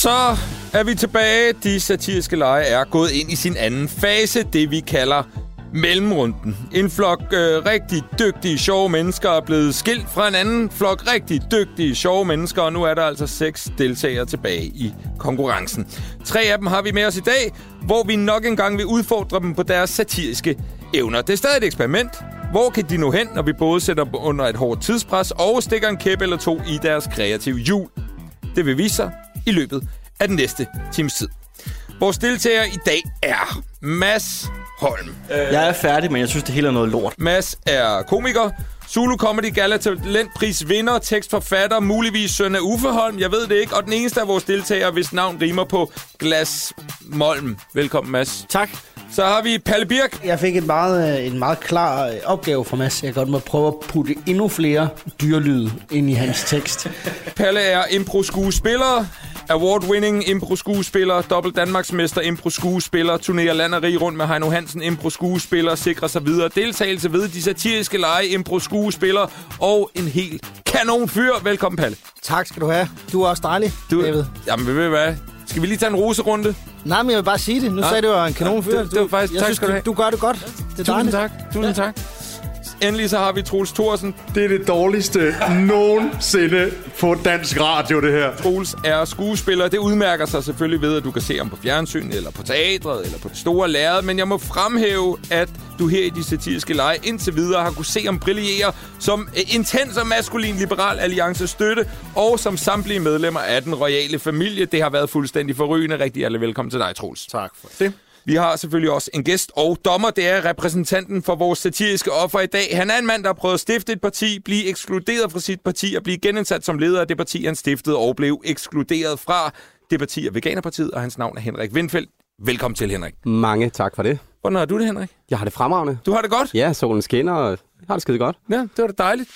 Så er vi tilbage. De satiriske lege er gået ind i sin anden fase, det vi kalder mellemrunden. En flok rigtig dygtige, sjove mennesker er blevet skilt fra en anden flok rigtig dygtige, sjove mennesker, og nu er der altså 6 deltagere tilbage i konkurrencen. 3 af dem har vi med os i dag, hvor vi nok engang vil udfordre dem på deres satiriske evner. Det er stadig et eksperiment. Hvor kan de nå hen, når vi både sætter dem under et hårdt tidspres og stikker en kæp eller 2 i deres kreative hjul? Det vil vise sig i løbet af den næste times tid. Vores deltager i dag er Mads Holm. Jeg er færdig, men jeg synes, det hele er noget lort. Mads er komiker, Zulu Comedy Gala Talentpris vinder, tekstforfatter, muligvis søn af Uffe Holm, jeg ved det ikke, og den eneste af vores deltagere, hvis navn rimer på Glas Molm. Velkommen, Mads. Tak. Så har vi Palle Birk. Jeg fik en meget klar opgave fra Mads. Jeg godt må prøve at putte endnu flere dyrelyde ind i hans tekst. Palle er impro-skuespiller, award-winning impro-skuespiller, dobbelt Danmarksmester impro-skuespiller, turnerer land og rige rundt med Heino Hansen impro-skuespiller, sikrer sig videre deltagelse ved de satiriske lege impro-skuespiller og en helt kanon fyr. Velkommen, Palle. Tak skal du have. Du er også dejlig, David. Jamen, ved du hvad? Skal vi lige tage en roserunde? Nej, men jeg vil bare sige det. Nu sagde du, en kanon fyr. Det var faktisk, tak skal du have. Du gør det godt. Det er dejligt. Tusind tak. Endelig så har vi Troels Thorsen. Det er det dårligste nogensinde på dansk radio, det her. Troels er skuespiller. Det udmærker sig selvfølgelig ved, at du kan se ham på fjernsyn, eller på teatret, eller på det store lærred. Men jeg må fremhæve, at du her i de satiriske lege indtil videre har kunne se ham brillere som intens og maskulin liberal alliance støtte, og som samtlige medlemmer af den royale familie. Det har været fuldstændig forrygende. Rigtig alle velkommen til dig, Troels. Tak for det. Vi har selvfølgelig også en gæst og dommer. Det er repræsentanten for vores satiriske offer i dag. Han er en mand, der har prøvet at stifte et parti, blive ekskluderet fra sit parti og blive genindsat som leder af det parti, han stiftede og blev ekskluderet fra. Det parti er Veganerpartiet, og hans navn er Henrik Windfeldt. Velkommen til, Henrik. Mange tak for det. Hvordan har du det, Henrik? Jeg har det fremragende. Du har det godt? Ja, solen skinner, og jeg har det skide godt. Ja, det var da dejligt.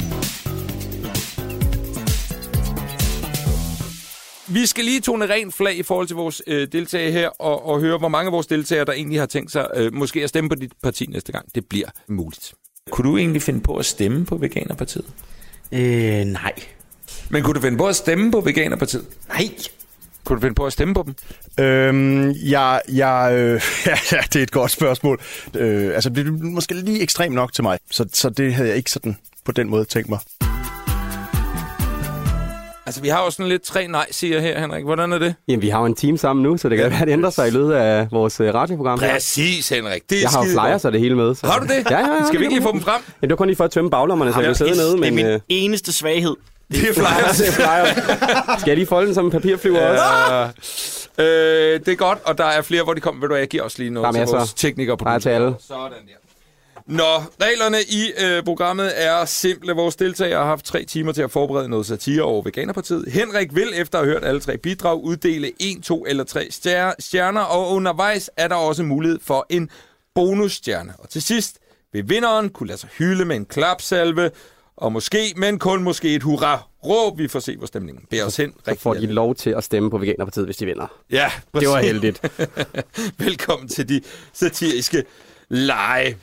Vi skal lige tone rent flag i forhold til vores deltagere her, og høre, hvor mange af vores deltagere, der egentlig har tænkt sig måske at stemme på dit parti næste gang. Det bliver muligt. Kunne du egentlig finde på at stemme på Veganerpartiet? Nej. Men kunne du finde på at stemme på Veganerpartiet? Nej. Kunne du finde på at stemme på dem? Ja, det er et godt spørgsmål. Altså, det er måske lige ekstremt nok til mig, så det havde jeg ikke sådan på den måde tænkt mig. Altså, vi har jo sådan lidt 3 nej-siger her, Henrik. Hvordan er det? Jamen, vi har jo en team sammen nu, så det kan være, det ændrer sig i løbet af vores radioprogram. Præcis, Henrik. Det er jeg har jo flyers og det hele med. Så. Har du det? Ja. Skal vi ikke lige få dem frem? Jamen, det var kun lige for at tømme baglommerne, så jeg sidde nede. Det er min eneste svaghed. Det er flyers. Skal jeg lige folde den som en papirflyver også? Det er godt, og der er flere, hvor de kommer. Ved du, jeg giver også lige noget til vores teknikere på til alle. Sådan der. Nå, reglerne i programmet er simple. Vores deltagere har haft 3 timer til at forberede noget satire over Veganerpartiet. Henrik vil, efter at have hørt alle 3 bidrag, uddele 1, 2 eller 3 stjerner, og undervejs er der også mulighed for en bonusstjerne. Og til sidst vil vinderen kunne lade sig hylde med en klapsalve, og måske, men kun måske et hurra-råb. Vi får se, hvor stemningen bærer os hen. Så får de lov til at stemme på Veganerpartiet, hvis de vinder. Ja, præcis. Det var heldigt. Velkommen til de satiriske lege.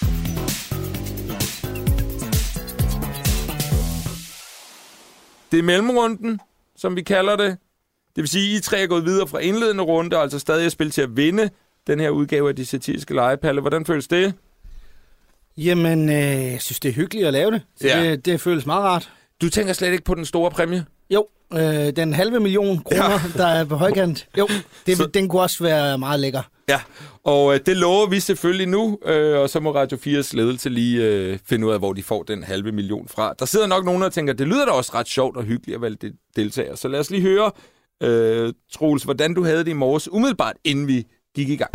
Det er mellemrunden, som vi kalder det. Det vil sige, at I 3 er gået videre fra indledende runde, og altså stadig er spillet til at vinde den her udgave af de satiriske lege. Palle, hvordan føles det? Jamen, jeg synes, det er hyggeligt at lave det. Så ja. det føles meget rart. Du tænker slet ikke på den store præmie? Jo, den 500.000 kroner, der er på højkant. Jo, den kunne også være meget lækker. Ja, og det lover vi selvfølgelig nu, og så må Radio 4's ledelse lige finde ud af, hvor de får den 500.000 fra. Der sidder nok nogen, der tænker, det lyder da også ret sjovt og hyggeligt at vælge deltagere. Så lad os lige høre, Troels, hvordan du havde det i morges, umiddelbart inden vi gik i gang.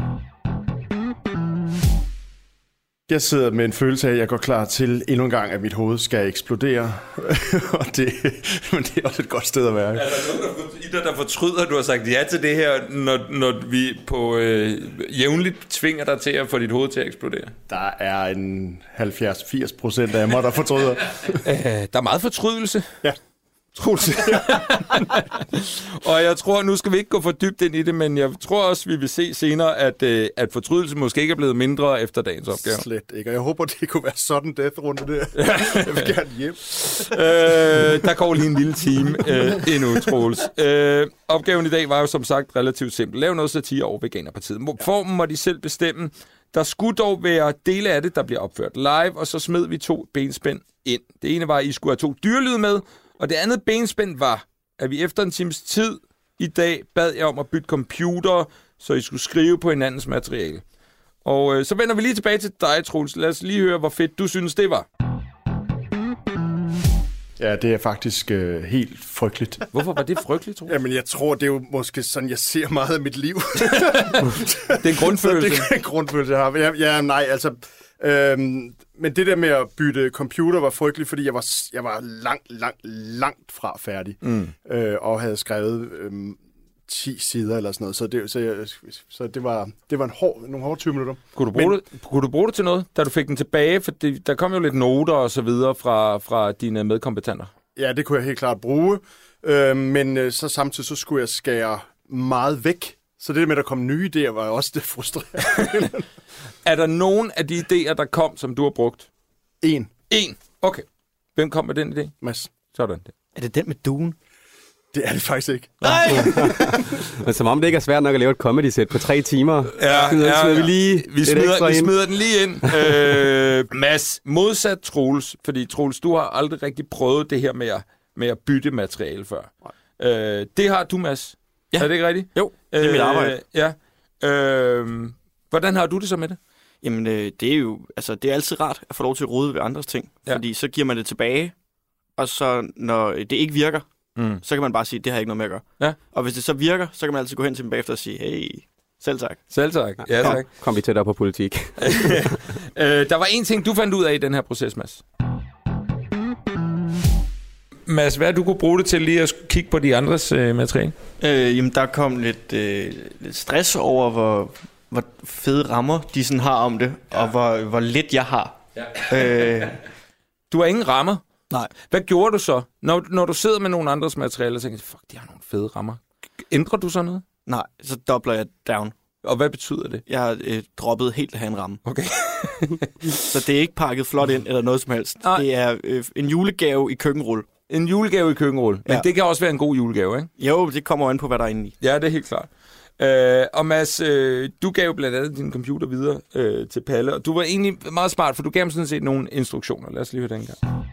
Jeg sidder med en følelse af, at jeg går klar til endnu en gang, at mit hoved skal eksplodere. Men det er også et godt sted at være. Er der nogen der fortryder, at du har sagt ja til det her, når vi på jævnligt tvinger dig til at få dit hoved til at eksplodere? Der er en 70-80% af mig, der fortryder. Der er meget fortrydelse. Ja. Troels. Og jeg tror, nu skal vi ikke gå for dybt ind i det, men jeg tror også, vi vil se senere, at fortrydelse måske ikke er blevet mindre efter dagens opgave. Slet ikke, og jeg håber, det kunne være sådan death-runde der. Jeg vil gerne hjem. Der går lige en lille time endnu, Troels. Opgaven i dag var jo som sagt relativt simpel. Lav noget satire over Veganerpartiet. Formen må de selv bestemme. Der skulle dog være dele af det, der bliver opført live, og så smed vi 2 benspænd ind. Det ene var, at I skulle have 2 dyrelyde med, og det andet benspænd var, at vi efter en times tid i dag bad jer om at bytte computer, så I skulle skrive på hinandens materiale. Og så vender vi lige tilbage til dig, Troels. Lad os lige høre, hvor fedt du synes, det var. Ja, det er faktisk helt frygteligt. Hvorfor var det frygteligt, Troels? Jamen, jeg tror, det er jo måske sådan, jeg ser meget af mit liv. Det er en grundfølelse. Det er en grundfølelse, jeg har. Ja, nej, altså... men det der med at bytte computer var frygteligt, fordi jeg var langt fra færdig. Og havde skrevet 10 sider eller sådan noget. Så det var nogle hårde 20 minutter. Kunne du bruge det til noget, da du fik den tilbage? For der kom jo lidt noter og så videre fra dine medkompetenter. Ja, det kunne jeg helt klart bruge. Men så samtidig så skulle jeg skære meget væk. Så det med, at der kom nye idéer, var også det frustrerende. Er der nogen af de idéer, der kom, som du har brugt? En. Okay. Hvem kom med den idé? Mads. Sådan det. Er det den med duen? Det er det faktisk ikke. Nej! Men som om det ikke er svært nok at lave et comedy-sæt på 3 timer. Vi smider den lige ind. Mads, modsat Troels, fordi Troels, du har aldrig rigtig prøvet det her med at bytte materiale før. Det har du, Mads. Ja. Er det ikke rigtigt? Jo, det er mit arbejde. Ja. Hvordan har du det så med det? Jamen, det er jo det er altid rart at få lov til at rode ved andres ting. Ja. Fordi så giver man det tilbage, og så når det ikke virker, så kan man bare sige, det har ikke noget med at gøre. Ja. Og hvis det så virker, så kan man altid gå hen til dem bagefter og sige, hey, selv tak. Selv tak. Ja, tak. Kom vi tættere på politik. Der var en ting, du fandt ud af i den her proces, Mads. Mads, hvad du kunne bruge det til lige at kigge på de andres materiale? Jamen, der kom lidt stress over, hvor fede rammer de sådan har om det, og hvor lidt jeg har. Ja. Du har ingen rammer? Nej. Hvad gjorde du så, når du sidder med nogle andres materiale og tænker, fuck, de har nogle fede rammer? Ændrer du så noget? Nej, så dobler jeg down. Og hvad betyder det? Jeg har droppet helt at have en ramme. Okay. Så det er ikke pakket flot ind eller noget som helst. Nej. Det er en julegave i køkkenrulle. En julegave i køkkenrulle. Men det kan også være en god julegave, ikke? Jo, det kommer an på, hvad der er inde i. Ja, det er helt klart. Og Mads, du gav blandt andet din computer videre til Palle, og du var egentlig meget smart, for du gav ham sådan set nogle instruktioner. Lad os lige høre den gang.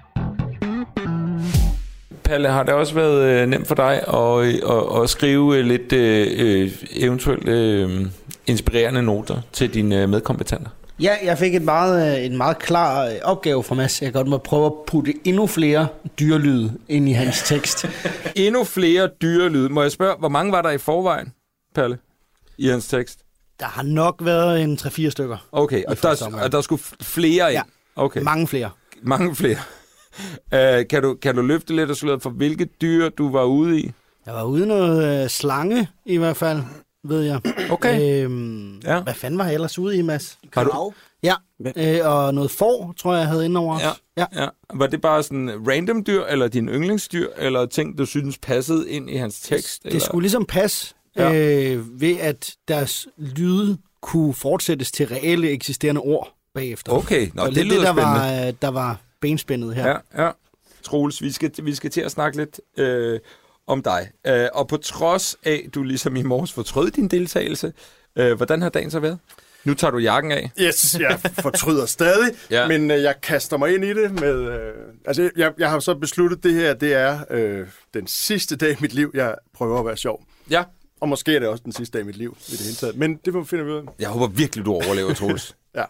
Palle, har det også været nemt for dig at skrive lidt eventuelt inspirerende noter til dine medkompetenter? Ja, jeg fik en meget klar opgave fra Mads. Jeg kan godt må prøve at putte endnu flere dyrelyde ind i hans tekst. Endnu flere dyrelyde. Må jeg spørge, hvor mange var der i forvejen, Palle, i hans tekst? Der har nok været en 3-4 stykker. Okay, og der skulle flere ind? Ja, okay. Mange flere. Mange flere. Kan du løfte lidt og slå for, hvilke dyr du var ude i? Jeg var ude i noget slange, i hvert fald, ved jeg. Okay. Hvad fanden var jeg ellers ude i, Mads? Har du? Ja, og noget får, tror jeg havde inde over os. Ja. Var det bare sådan random dyr, eller din yndlingsdyr, eller ting, du synes passede ind i hans tekst? Det skulle ligesom passe ved, at deres lyde kunne fortsættes til reelle eksisterende ord bagefter. Okay, det lyder spændende. Der var benspændet her. Ja. Troels, vi skal til at snakke lidt om dig. Og på trods af, du ligesom i morges fortrød din deltagelse, hvordan har dagen så været? Nu tager du jakken af. Yes, jeg fortryder stadig, men jeg kaster mig ind i det med... jeg har så besluttet, det her, det er den sidste dag i mit liv, jeg prøver at være sjov. Ja. Og måske er det også den sidste dag i mit liv i det hele taget. Men det må vi finde ud af. Jeg håber virkelig, du overlever, Troels. Ja.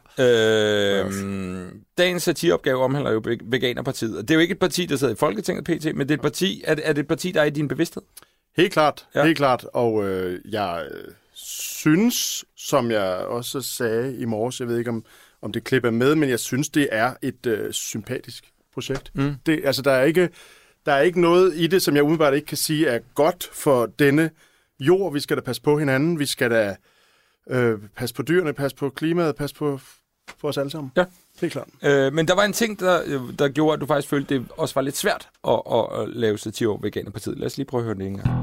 Dagens satireopgave omhandler jo Veganerpartiet. Og det er jo ikke et parti, der sidder i Folketinget pt., men det er et parti, er det et parti, der er i din bevidsthed? Helt klart, helt klart. Og jeg synes, som jeg også sagde i morges, jeg ved ikke, om det klip er med, men jeg synes, det er et sympatisk projekt. Der er ikke noget i det, som jeg umiddelbart ikke kan sige er godt for denne jord. Vi skal da passe på hinanden. Vi skal da passe på dyrene, passe på klimaet, passe på os alle sammen. Ja. Helt klart. Men der var en ting, der gjorde, at du faktisk følte, det også var lidt svært at lave satire over Veganerpartiet. Lad os lige prøve at høre det en gang.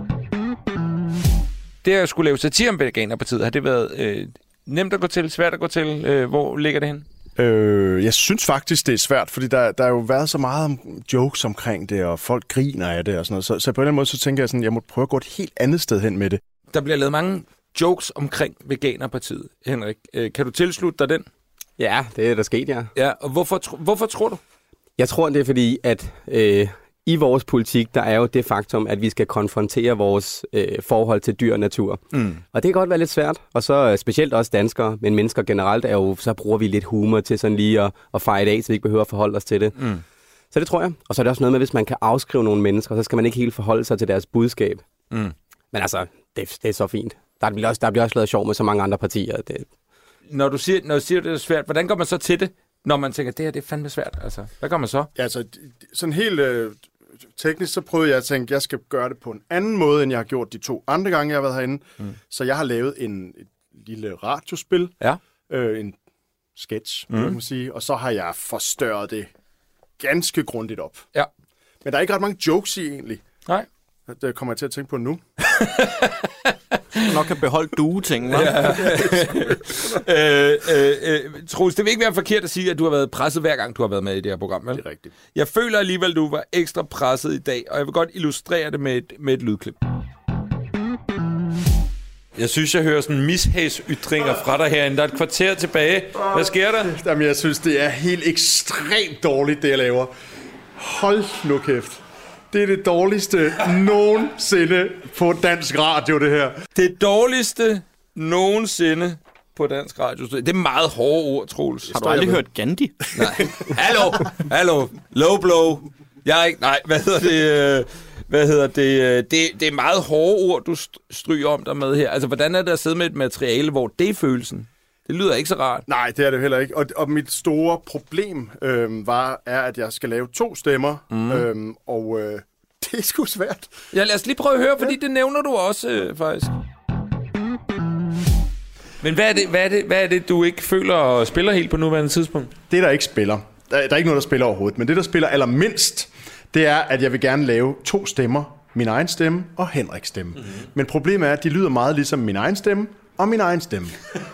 Det at skulle lave satire om Veganerpartiet, har det været nemt at gå til, svært at gå til? Hvor ligger det hen? Jeg synes faktisk, det er svært, fordi der har jo været så meget jokes omkring det, og folk griner af det og sådan noget. Så på en eller anden måde, så tænker jeg sådan, jeg må prøve at gå et helt andet sted hen med det. Der bliver lavet mange jokes omkring Veganerpartiet, Henrik. Kan du tilslutte dig den? Ja, det er der sket, ja. Ja, og hvorfor tror du? Jeg tror, det er fordi, at i vores politik, der er jo det faktum, at vi skal konfrontere vores forhold til dyr og natur. Og det kan godt være lidt svært, og så specielt også danskere, men mennesker generelt, så bruger vi lidt humor til sådan lige at fejre af, så vi ikke behøver at forholde os til det. Så det tror jeg. Og så er det også noget med, hvis man kan afskrive nogle mennesker, så skal man ikke helt forholde sig til deres budskab. Men altså, det er så fint. Der bliver også lavet sjov med så mange andre partier. Når du siger, det er svært, hvordan går man så til det, når man tænker, det her det er fandme svært? Altså, hvad gør man så? Ja, altså, sådan helt teknisk, så prøvede jeg at tænke, at jeg skal gøre det på en anden måde, end jeg har gjort de 2 andre gange, jeg har været herinde. Så jeg har lavet et lille radiospil, en sketch, kan man sige, og så har jeg forstørret det ganske grundigt op. Ja. Men der er ikke ret mange jokes i, egentlig. Nej. Det kommer jeg til at tænke på nu. Nok kan beholde dueting, hva'? Troels, det vil ikke være forkert at sige, at du har været presset hver gang, du har været med i det her program, vel? Det er rigtigt. Jeg føler alligevel, at du var ekstra presset i dag, og jeg vil godt illustrere det med et lydklip. Jeg synes, jeg hører sådan mishagsytringer fra dig herinde. Der er et kvarter tilbage. Hvad sker der? Jamen, jeg synes, det er helt ekstremt dårligt, det jeg laver. Hold nu kæft. Det er det dårligste nogensinde på dansk radio, det her. Det dårligste nogensinde på dansk radio. Det er meget hårde ord, Troels. Har du aldrig hørt Gandhi? Nej. Hallo. Low blow. Jeg er ikke... Nej, hvad hedder det? Det er meget hårde ord, du stryger om dig med her. Altså, hvordan er det at sidde med et materiale, hvor det er følelsen? Det lyder ikke så rart. Nej, det er det heller ikke. Og mit store problem er, at jeg skal lave 2 stemmer, og det er sgu svært. Ja, lad os lige prøve at høre, fordi det nævner du også, faktisk. Men hvad er det, du ikke føler og spiller helt på nuværende tidspunkt? Det, der ikke spiller. Der er ikke noget, der spiller overhovedet, men det, der spiller allermindst, det er, at jeg vil gerne lave 2 stemmer. Min egen stemme og Henriks stemme. Men problemet er, at de lyder meget ligesom min egen stemme og min egen stemme.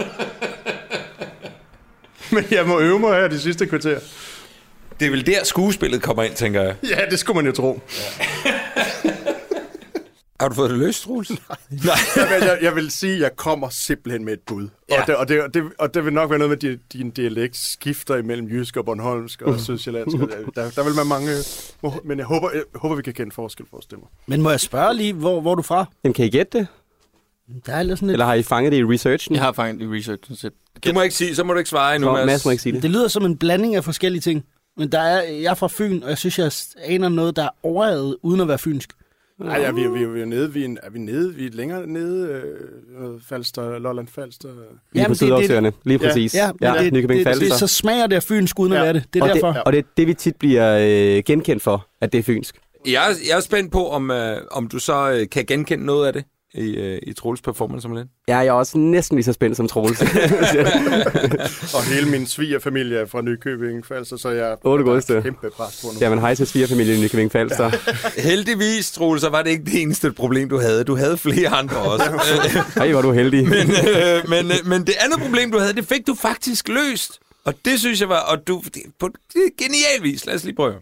Men jeg må øve mig her de sidste kvarter. Det er vel der, skuespillet kommer ind, tænker jeg. Ja, det skulle man jo tro. Ja. Har du fået det løst, Troels? Nej. Jeg vil sige, at jeg kommer simpelthen med et bud. Ja. Og det vil nok være noget med, at din dialekt skifter imellem jysk og bornholmsk og sydsjællandsk. Der vil man mange... Men jeg håber, vi kan kende forskel på stemmer. Men må jeg spørge lige, hvor er du fra? Jamen, kan I gætte det? Der er sådan et... Eller har I fanget det i researchen? Jeg har fanget det i researchen. Du må ikke sige, så må du ikke svare endnu. Mads må ikke sige det. Det lyder som en blanding af forskellige ting. Men jeg er fra Fyn, og jeg synes, jeg aner noget, der er overædet, uden at være fynsk. Nej, vi er nede. Vi er længere nede. Falster, Lolland Falster. Lige på Sydhavsøerne. Lige præcis. Ja, det så smager det af fynsk, uden at være det. Det er og derfor. Og det er det, vi tit bliver genkendt for, at det er fynsk. Jeg er spændt på, om du så kan genkende noget af det i Troels performance om lidt. Ja, jeg er også næsten lige så spændt som Troels. Og hele min svigerfamilie er fra Nykøbing Falster, så jeg har kæmpe pres på nu. Jamen, hej til svigerfamilien i Nykøbing Falster. Ja. Heldigvis, Troels, så var det ikke det eneste problem, du havde. Du havde flere andre også. Hej, var du heldig. Men det andet problem, du havde, det fik du faktisk løst. Og det synes jeg var... Og du, på genial vis. Lad os lige prøve.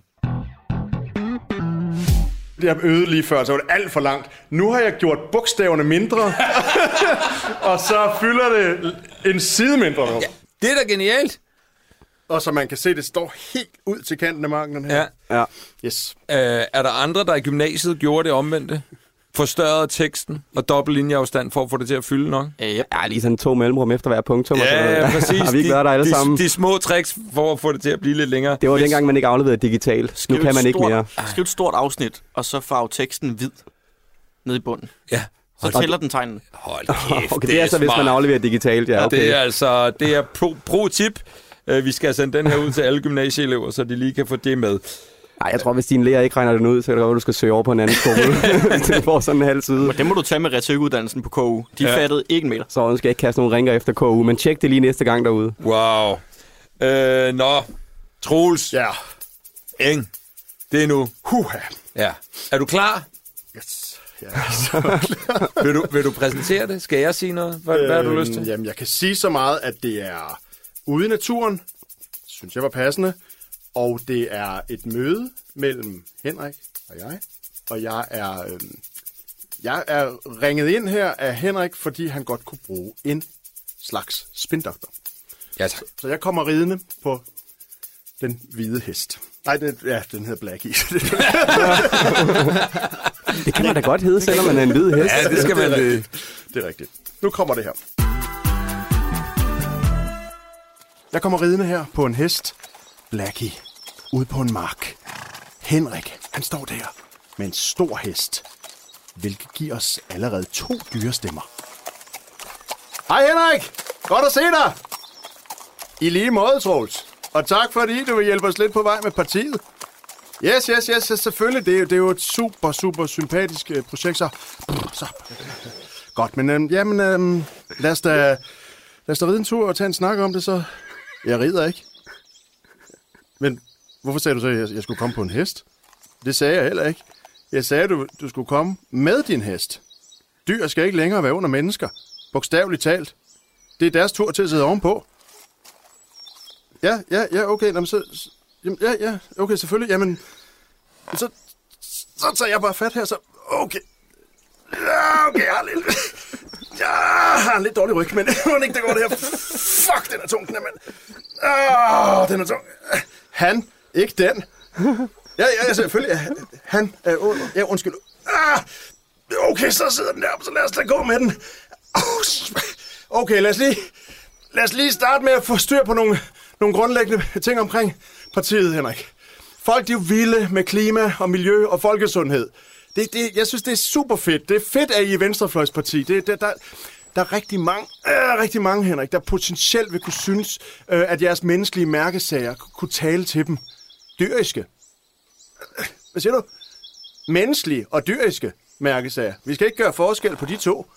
Jeg øvede lige før, så var det alt for langt. Nu har jeg gjort bogstaverne mindre, og så fylder det en side mindre nu. Ja, det er da genialt. Og så man kan se, det står helt ud til kanten af marken her. Ja. Yes. Er der andre, der i gymnasiet gjorde det omvendte? Forstørrede teksten og dobbelt linjeafstand for at få det til at fylde nok? Ja, lige sådan 2 mellemrum efter hver punktum. Ja, præcis. Har vi ikke været der alle sammen? De små tricks for at få det til at blive lidt længere. Det var dengang, man ikke afleverede digitalt. Nu kan man ikke mere. Skriv et stort afsnit, og så farve teksten hvid ned i bunden. Ja. Så tæller den tegnene. Hold kæft, okay, det er så, hvis man afleverer digitalt. Ja, okay. Det er pro-tip. Vi skal sende den her ud til alle gymnasieelever, så de lige kan få det med. Nej, jeg tror, hvis din lærer ikke regner den ud, så er det godt, du skal søge over på en anden skole. Det får sådan en halv side. Og det må du tage med retorikuddannelsen på KU. De fattede ikke en meter. Så skal jeg ikke kaste nogle ringer efter KU, men tjek det lige næste gang derude. Wow. Nå, Troels. Ja. Eng. Det er nu. Huha. Ja. Er du klar? Yes. Ja, så klar. Vil du præsentere det? Skal jeg sige noget? Hvad har du lyst til? Jamen, jeg kan sige så meget, at det er ude i naturen. Synes jeg var passende. Og det er et møde mellem Henrik og jeg. Og jeg er ringet ind her af Henrik, fordi han godt kunne bruge en slags spindoktor. Ja, tak. Så jeg kommer ridende på den hvide hest. Nej, den hedder Blackie. Det kan man da godt hedde, selvom man er en hvid hest. Ja, det skal man. Det er rigtigt. Nu kommer det her. Jeg kommer ridende her på en hest. Blackie. Ude på en mark. Henrik, han står der med en stor hest, hvilket giver os allerede 2 dyrestemmer. Hej Henrik! Godt at se dig! I lige måde, Troels. Og tak fordi du vil hjælpe os lidt på vej med partiet. Yes, selvfølgelig. Det er jo et super sympatisk projekt, så. Godt, men lad os da ride en tur og tage en snak om det, så. Jeg rider ikke. Men hvorfor sagde du så, at jeg skulle komme på en hest? Det sagde jeg heller ikke. Jeg sagde, at du skulle komme med din hest. Dyr skal ikke længere være under mennesker. Bogstaveligt talt. Det er deres tur til at sidde ovenpå. Ja, okay. Jamen, så, ja, okay, selvfølgelig. Jamen, så tager jeg bare fat her, så okay. Ja, okay, jeg har en lidt dårlig ryg, men det går det her. Fuck, den er tung, den er, mand. Den er tung. Han, ikke den. Ja, selvfølgelig. Han, undskyld. Okay, så sidder den der, så lad os da gå med den. Okay, lad os lige starte med at få styr på nogle grundlæggende ting omkring partiet, Henrik. Folk, de er jo vilde med klima og miljø og folkesundhed. Jeg synes, det er super fedt. Det er fedt, at I er Venstrefløjsparti. Der er rigtig mange, Henrik, der potentielt vil kunne synes, at jeres menneskelige mærkesager kunne tale til dem. Dyriske. Hvad siger du? Menneskelige og dyriske mærkesager. Vi skal ikke gøre forskel på de to.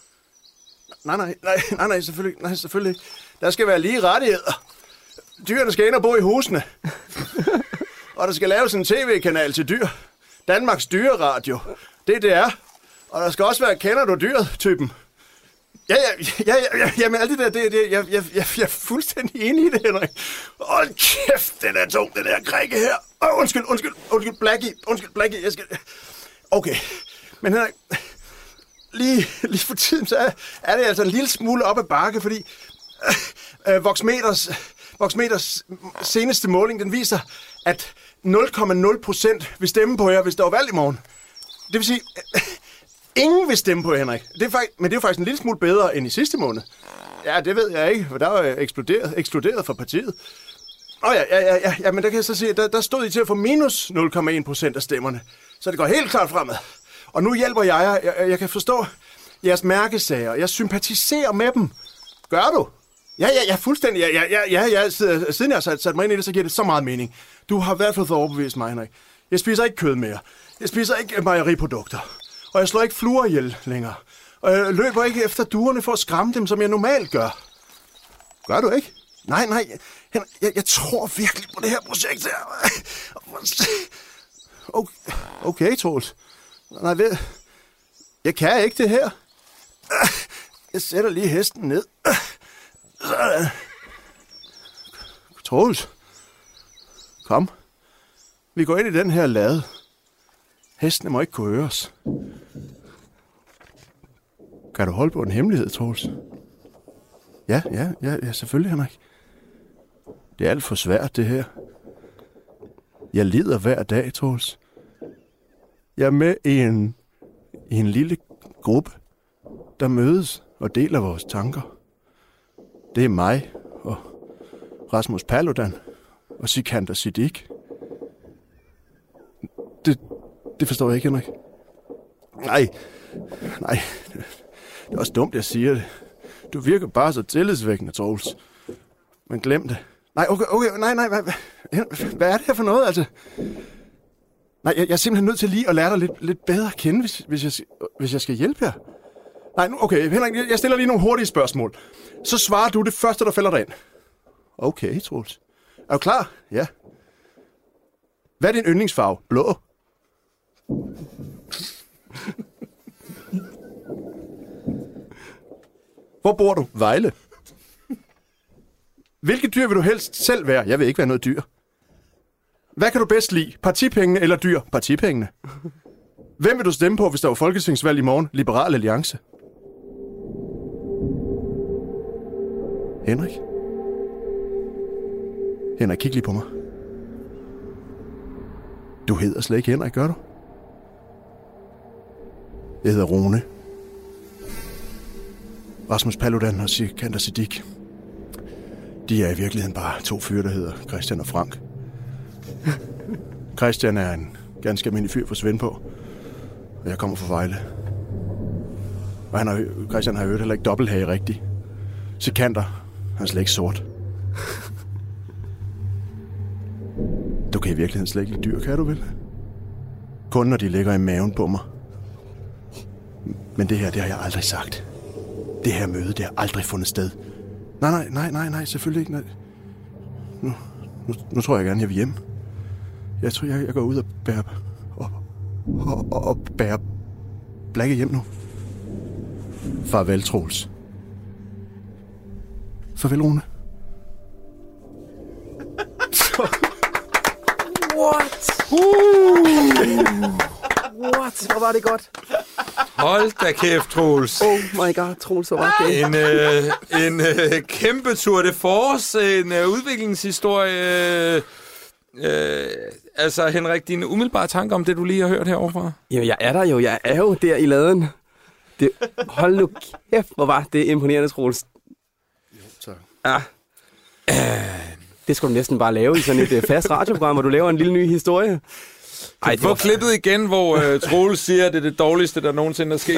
Nej, selvfølgelig ikke. Der skal være lige rettigheder. Dyrene skal ind og bo i husene. Og der skal laves en tv-kanal til dyr. Danmarks Dyreradio. Det er. Og der skal også være, kender du dyret-typen? Ja, men alt det der, jeg er fuldstændig enig i det, Henrik. Hold kæft, den er tung, den der krikke her. Undskyld, Blackie, jeg skal. Okay, men Henrik, lige for tiden, så er det altså en lille smule op ad bakke, fordi Voxmeters seneste måling, den viser, at 0,0% vil stemme på jer, hvis der er valg i morgen. Det vil sige, ingen vil stemme på Henrik. Men det er faktisk en lille smule bedre end i sidste måned. Ja, det ved jeg ikke, for der var eksploderet for partiet. Ja, men der kan jeg så sige, der stod I til at få minus 0,1% af stemmerne. Så det går helt klart fremad. Og nu hjælper jeg kan forstå jeres mærkesager. Jeg sympatiserer med dem. Gør du? Ja, fuldstændig. Siden jeg har sat mig ind i det, så giver det så meget mening. Du har i hvert fald fået overbevist mig, Henrik. Jeg spiser ikke kød mere. Jeg spiser ikke mejeriprodukter. Og jeg slår ikke fluer ihjel længere. Og jeg løber ikke efter duerne for at skræmme dem, som jeg normalt gør. Gør du ikke? Nej. Jeg tror virkelig på det her projekt her. Okay, Troels. Nej, jeg kan ikke det her. Jeg sætter lige hesten ned. Sådan. Troels. Kom. Vi går ind i den her lade. Hestene må ikke kunne høre os. Kan du holde på en hemmelighed, Troels? Ja, selvfølgelig, Henrik. Det er alt for svært, det her. Jeg lider hver dag, Troels. Jeg er med i en lille gruppe, der mødes og deler vores tanker. Det er mig og Rasmus Paludan og Sikander Siddiq. Det forstår jeg ikke, Henrik. Nej. Det er også dumt, jeg siger det. Du virker bare så tillidsvækkende, Troels. Men glem det. Nej, okay, nej. Hvad er det her for noget, altså? Nej, jeg er simpelthen nødt til lige at lære dig lidt bedre at kende, hvis jeg skal hjælpe jer. Nej, nu, okay, Henrik, jeg stiller lige nogle hurtige spørgsmål. Så svarer du det første, der falder dig ind. Okay, Troels. Er du klar? Ja. Hvad er din yndlingsfarve? Blå. Hvor bor du? Vejle. Hvilke dyr vil du helst selv være? Jeg vil ikke være noget dyr. Hvad kan du bedst lide? Partipengene eller dyr? Partipengene. Hvem vil du stemme på, hvis der var folketingsvalg i morgen? Liberal Alliance. Henrik? Henrik, kig lige på mig. Du hedder slet ikke Henrik, gør du? Jeg hedder Rune. Rasmus Paludan og Sikander Siddiq. De er i virkeligheden bare 2 fyre, der hedder Christian og Frank. Christian er en ganske almindelig fyr fra Svendborg, og jeg kommer fra Vejle. Og Christian har jo heller ikke dobbelthage rigtigt. Sikander, han er slet ikke sort. Du kan i virkeligheden slet ikke lide dyr, kan du vel? Kun når de ligger i maven på mig. Men det her, det har jeg aldrig sagt. Det her møde, det har aldrig fundet sted. Nej, selvfølgelig ikke. Nej. Nu tror jeg gerne, jeg vil hjem. Jeg tror, jeg går ud og bærer Blakke hjem nu. Farvel, Troels. Farvel, Rune. What? What? Hvor var det godt. Hold da kæft, Troels. Oh my god, Troels, hvor var det. En kæmpe tour de force, en udviklingshistorie. Altså, Henrik, dine umiddelbare tanker om det, du lige har hørt heroverfra? Jo, jeg er der jo. Jeg er jo der i laden. Hold nu kæft, hvor var det imponerende, Troels. Jo, tak. Ja. Det skulle du næsten bare lave i sådan et fast radioprogram, hvor du laver en lille ny historie. Ej, få klippet igen, hvor Troels siger, at det er det dårligste, der nogensinde er sket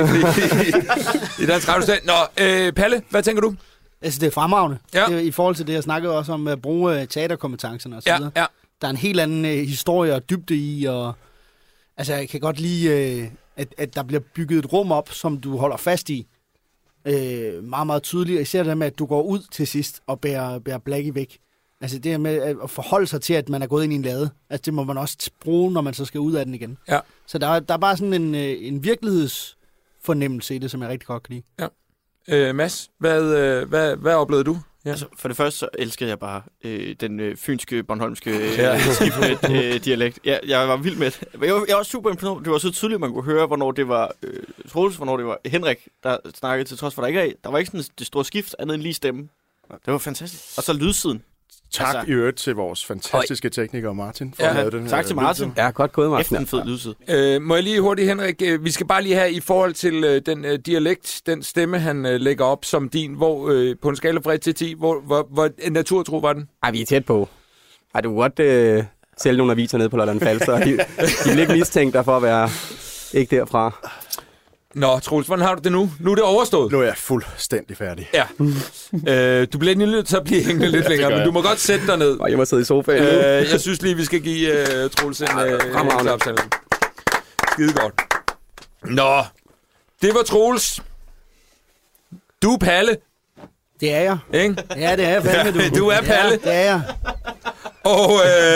i dansk radio. Nå, Palle, hvad tænker du? Altså, det er fremragende. Ja. Det er, i forhold til det, jeg snakkede også om at bruge teaterkompetencerne og så videre. Ja. Der er en helt anden historie og dybde i, og altså, jeg kan godt lide, at der bliver bygget et rum op, som du holder fast i. Meget, meget tydeligt. Især det med, at du går ud til sidst og bærer Blackie væk. Altså det her med at forholde sig til, at man er gået ind i en lade. Altså det må man også bruge, når man så skal ud af den igen. Ja. Så der er bare sådan en virkelighedsfornemmelse i det, som jeg rigtig godt kan lide. Ja. Mads, hvad oplevede du? Ja. Altså, for det første så elskede jeg bare den fynske, bornholmske dialekt. Jeg var vild med det. Jeg var også super imponeret. Det var så tydeligt, at man kunne høre, hvornår det var Troels, hvornår det var Henrik, der snakkede, til trods for, der var ikke sådan det store skift, andet end lige stemme. Det var fantastisk. Og så lydsiden. Tak i øvrigt til vores fantastiske tekniker Martin for at have den her. Tak til Martin. Ja, godt gået, Martin. Efter en fed lydside. Må jeg lige hurtigt, Henrik? Vi skal bare lige have i forhold til den dialekt, den stemme, han lægger op som din, hvor på en skala fra 1 til 10, hvor naturtro var den? Ej, vi er tæt på. Ej, du kunne godt sælge nogle aviser nede på Lolland Falster. De vil ikke mistænke dig for at være ikke derfra. Nå, Troels, hvordan har du det nu? Nu er det overstået. Nu er jeg fuldstændig færdig. Ja. Du bliver nødt til at blive hængende lidt længere, men du må godt sætte dig ned. Jeg må sidde i sofaen nu. Jeg synes lige, vi skal give Troels en klapsalve. Skide godt. Nå, det var Troels. Du er Palle. Det er jeg. Ikke? Ja, det er jeg fandme, du. Du er Palle. Ja, det er jeg. Og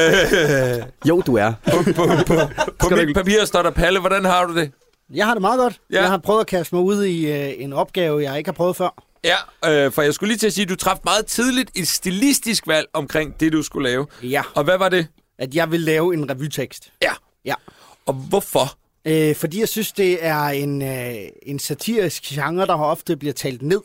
Jo, du er. på mit papir står der Palle. Hvordan har du det? Jeg har det meget godt. Ja. Jeg har prøvet at kaste mig ud i en opgave, jeg ikke har prøvet før. Ja, for jeg skulle lige til at sige, at du træffede meget tidligt et stilistisk valg omkring det, du skulle lave. Ja. Og hvad var det? At jeg vil lave en revytekst. Ja. Og hvorfor? Fordi jeg synes, det er en satirisk genre, der ofte bliver talt ned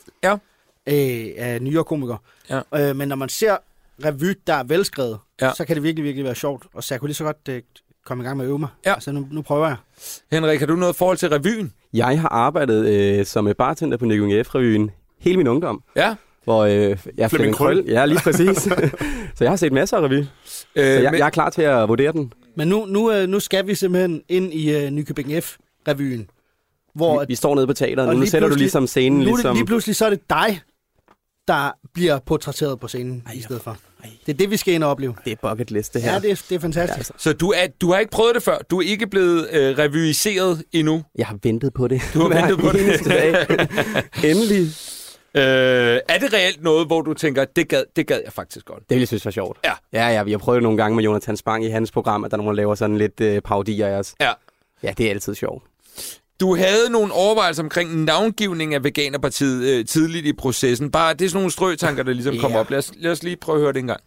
af nyere komikere. Ja. Men når man ser revy, der er velskrevet, så kan det virkelig, virkelig være sjovt. Og så jeg kunne lige så godt komme i gang med at øve mig. Ja. Altså nu prøver jeg. Henrik, har du noget forhold til revyen? Jeg har arbejdet som bartender på Nykøbing F-revyen hele min ungdom. Ja. Hvor jeg Flemming Krøll. Ja, lige præcis. Så jeg har set masser af revy. Så jeg er klar til at vurdere den. Men nu skal vi simpelthen ind i Nykøbing F-revyen. Hvor vi står nede på teateret. Nu sætter du ligesom scenen. Lige pludselig så er det dig, der bliver portrætteret på scenen i stedet for. Det er det, vi skal ind og opleve. Det er bucket list, det her. Ja, det er fantastisk. Ja, altså. Så du har ikke prøvet det før? Du er ikke blevet revyiseret endnu? Jeg har ventet på det. Du har ventet på det? Endelig. Er det reelt noget, hvor du tænker, det gad jeg faktisk godt? Det ville jeg synes var sjovt. Ja. Ja, vi har prøvet nogle gange med Jonathan Spang i hans program, at der er nogen, der laver sådan lidt parodier af os. Ja. Ja, det er altid sjovt. Du havde nogle overvejelser omkring navngivning af Veganerpartiet tidligt i processen. Bare det er sådan nogle strøtanker, der ligesom kommer op. Lad os lige prøve at høre det en gang.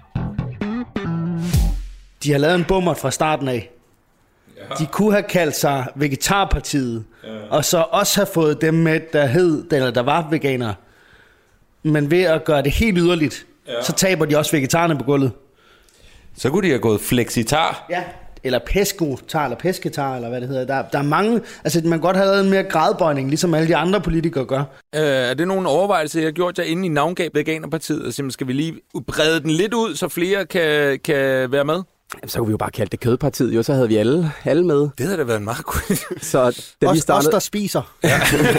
De har lavet en bummert fra starten af. Ja. De kunne have kaldt sig Vegetarpartiet, og så også have fået dem med, der var veganere. Men ved at gøre det helt yderligt, så taber de også vegetarerne på gulvet. Så kunne de have gået flexitar. Ja, eller pescotar, eller pesketar, eller hvad det hedder. Der er mange, altså man kan godt have lavet en mere gradbøjning, ligesom alle de andre politikere gør. Er det nogle overvejelser, jeg har gjort jer inde i navngab Veganerpartiet? Altså, skal vi lige brede den lidt ud, så flere kan være med? Jamen, så kunne vi jo bare kalde det Kødpartiet, jo, så havde vi alle med. Det havde da været en meget god. Så da vi startede... Os, der spiser. Ja.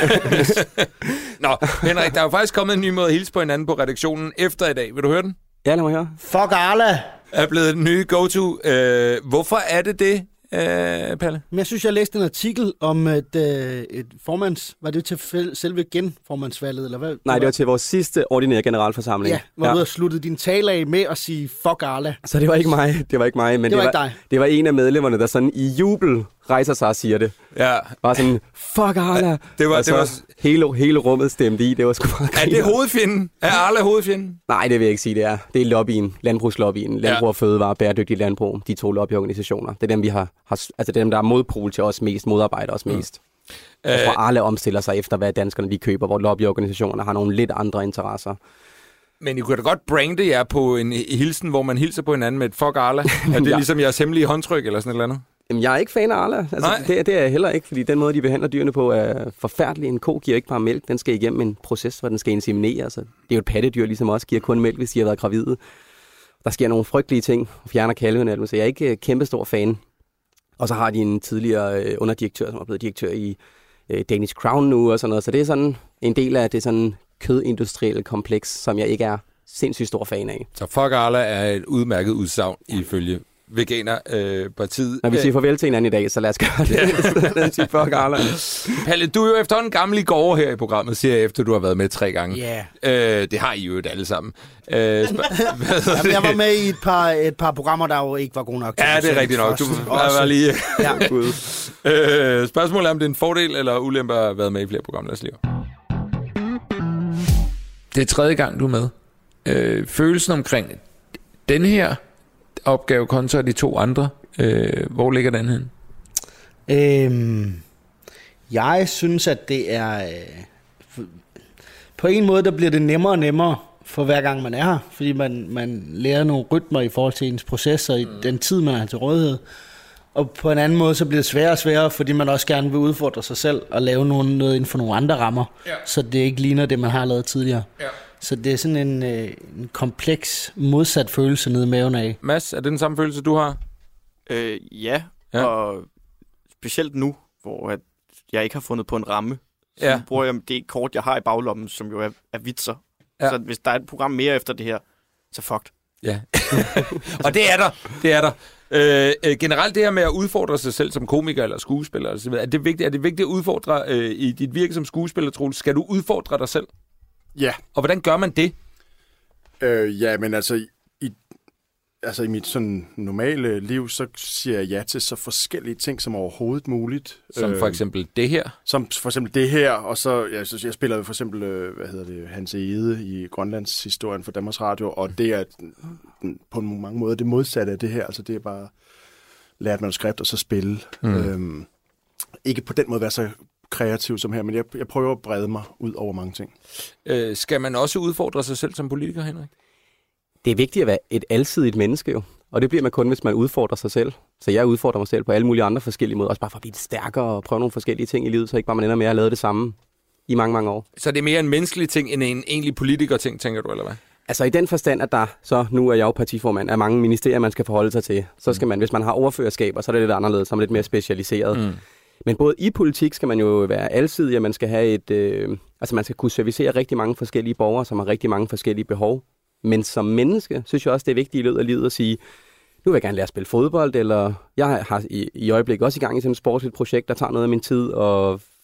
Nå, Henrik, der er jo faktisk kommet en ny måde at hilse på hinanden på redaktionen efter i dag. Vil du høre den? Ja, lad mig høre. Fuck Arla! Er blevet den nye go-to. Hvorfor er det, Palle? Men jeg synes, jeg læste en artikel om et formands... Var det til selve genformandsvalget, eller hvad? Nej, det var til vores sidste ordinære generalforsamling. Ja, hvor du har sluttet din tale af med at sige fuck Arla. Så det var ikke mig, men det var en af medlemmerne, der sådan i jubel rejser sig og siger det. Ja. Bare sådan, fuck Arla. Det var hele rummet stemte i. Det var sgu meget griner. Er det hovedfjenden? Er Arla hovedfjenden? Nej, det vil jeg ikke sige, det er. Det er lobbyen, landbrugslobbyen, Landbrug og Fødevare, Bæredygtig Landbrug, de 2 lobbyorganisationer. Det er dem, altså det er dem, der er modpol til os mest, modarbejder os mest. Jeg tror, Arla omstiller sig efter, hvad danskerne de køber, hvor lobbyorganisationerne har nogle lidt andre interesser. Men I kunne da godt brande jer på en hilsen, hvor man hilser på hinanden med et fuck Arla. Er det ligesom jeres hemmelige håndtryk eller sådan et eller andet? Jamen, jeg er ikke fan af Arla. Altså, det er jeg heller ikke, fordi den måde, de behandler dyrene på, er forfærdelig. En ko giver ikke bare mælk, den skal igennem en proces, hvor den skal inseminere. Altså, det er jo et pattedyr, ligesom også giver kun mælk, hvis de har været gravide. Der sker nogle frygtelige ting, fjerner kalvene, så jeg er ikke kæmpestor fan. Og så har de en tidligere underdirektør, som er blevet direktør i Danish Crown nu og sådan noget. Så det er sådan en del af det sådan kødindustrielle kompleks, som jeg ikke er sindssygt stor fan af. Så fuck Arla er et udmærket udsagn ifølge Veganerpartiet. Når vi siger farvel til hinanden i dag, så lad os gøre det. Sige fuck Arla. Palle, du er jo efterhånden gammel i går her i programmet, siger jeg, efter du har været med 3 gange. Yeah. Det har I jo alle sammen. Jeg var med i et par programmer, der jo ikke var gode nok. Ja, det er rigtigt nok. Du var lige... Spørgsmålet er, om det er en fordel eller ulempe at have været med i flere programmer i deres liv. Det er 3. gang, du er med. Følelsen omkring den her opgave kontra de 2 andre, hvor ligger den hen? Jeg synes, at det er... på en måde, der bliver det nemmere og nemmere for hver gang man er her, fordi man lærer nogle rytmer i forhold til ens processer i den tid, man har til rådighed. Og på en anden måde, så bliver det sværere og sværere, fordi man også gerne vil udfordre sig selv og lave noget inden for nogle andre rammer, så det ikke ligner det, man har lavet tidligere. Ja. Så det er sådan en kompleks, modsat følelse nede i maven af. Mads, er det den samme følelse, du har? Ja, og specielt nu, hvor jeg ikke har fundet på en ramme, så bruger jeg det kort, jeg har i baglommen, som jo er vitser. Ja. Så hvis der er et program mere efter det her, så fucked. Ja, og det er der. Generelt det her med at udfordre sig selv som komiker eller skuespiller, er det vigtigt at udfordre i dit virke som skuespiller, Troels? Skal du udfordre dig selv? Ja. Og hvordan gør man det? Ja, men altså i mit sådan normale liv, så siger jeg ja til så forskellige ting som overhovedet muligt. Som for eksempel det her? Som for eksempel det her, og så jeg spiller for eksempel, Hans Ede i Grønlands historien for Danmarks Radio, og det er på mange måder det modsatte af det her. Altså det er bare lære et manuskript og så spille. Ikke på den måde være så kreativ som her, men jeg prøver at brede mig ud over mange ting. Skal man også udfordre sig selv som politiker, Henrik? Det er vigtigt at være et alsidigt menneske jo, og det bliver man kun, hvis man udfordrer sig selv. Så jeg udfordrer mig selv på alle mulige andre forskellige måder, også bare for at blive stærkere og prøve nogle forskellige ting i livet, så ikke bare man ender med at lave det samme i mange, mange år. Så det er mere en menneskelig ting end en egentlig politiker-ting, tænker du, eller hvad? Altså i den forstand, at der så, nu er jeg jo partiformand, er mange ministerier, man skal forholde sig til. Så skal man, hvis man har overførerskaber, så er det lidt anderledes, så er man lidt mere specialiseret. Men både i politik skal man jo være alsidig, og man skal have man skal kunne servicere rigtig mange forskellige borgere, som har rigtig mange forskellige behov. Men som menneske, synes jeg også, det er vigtigt i løbet af livet at sige, nu vil jeg gerne lære at spille fodbold, eller jeg har i øjeblikket også i gang i sådan et sportsligt projekt, der tager noget af min tid, og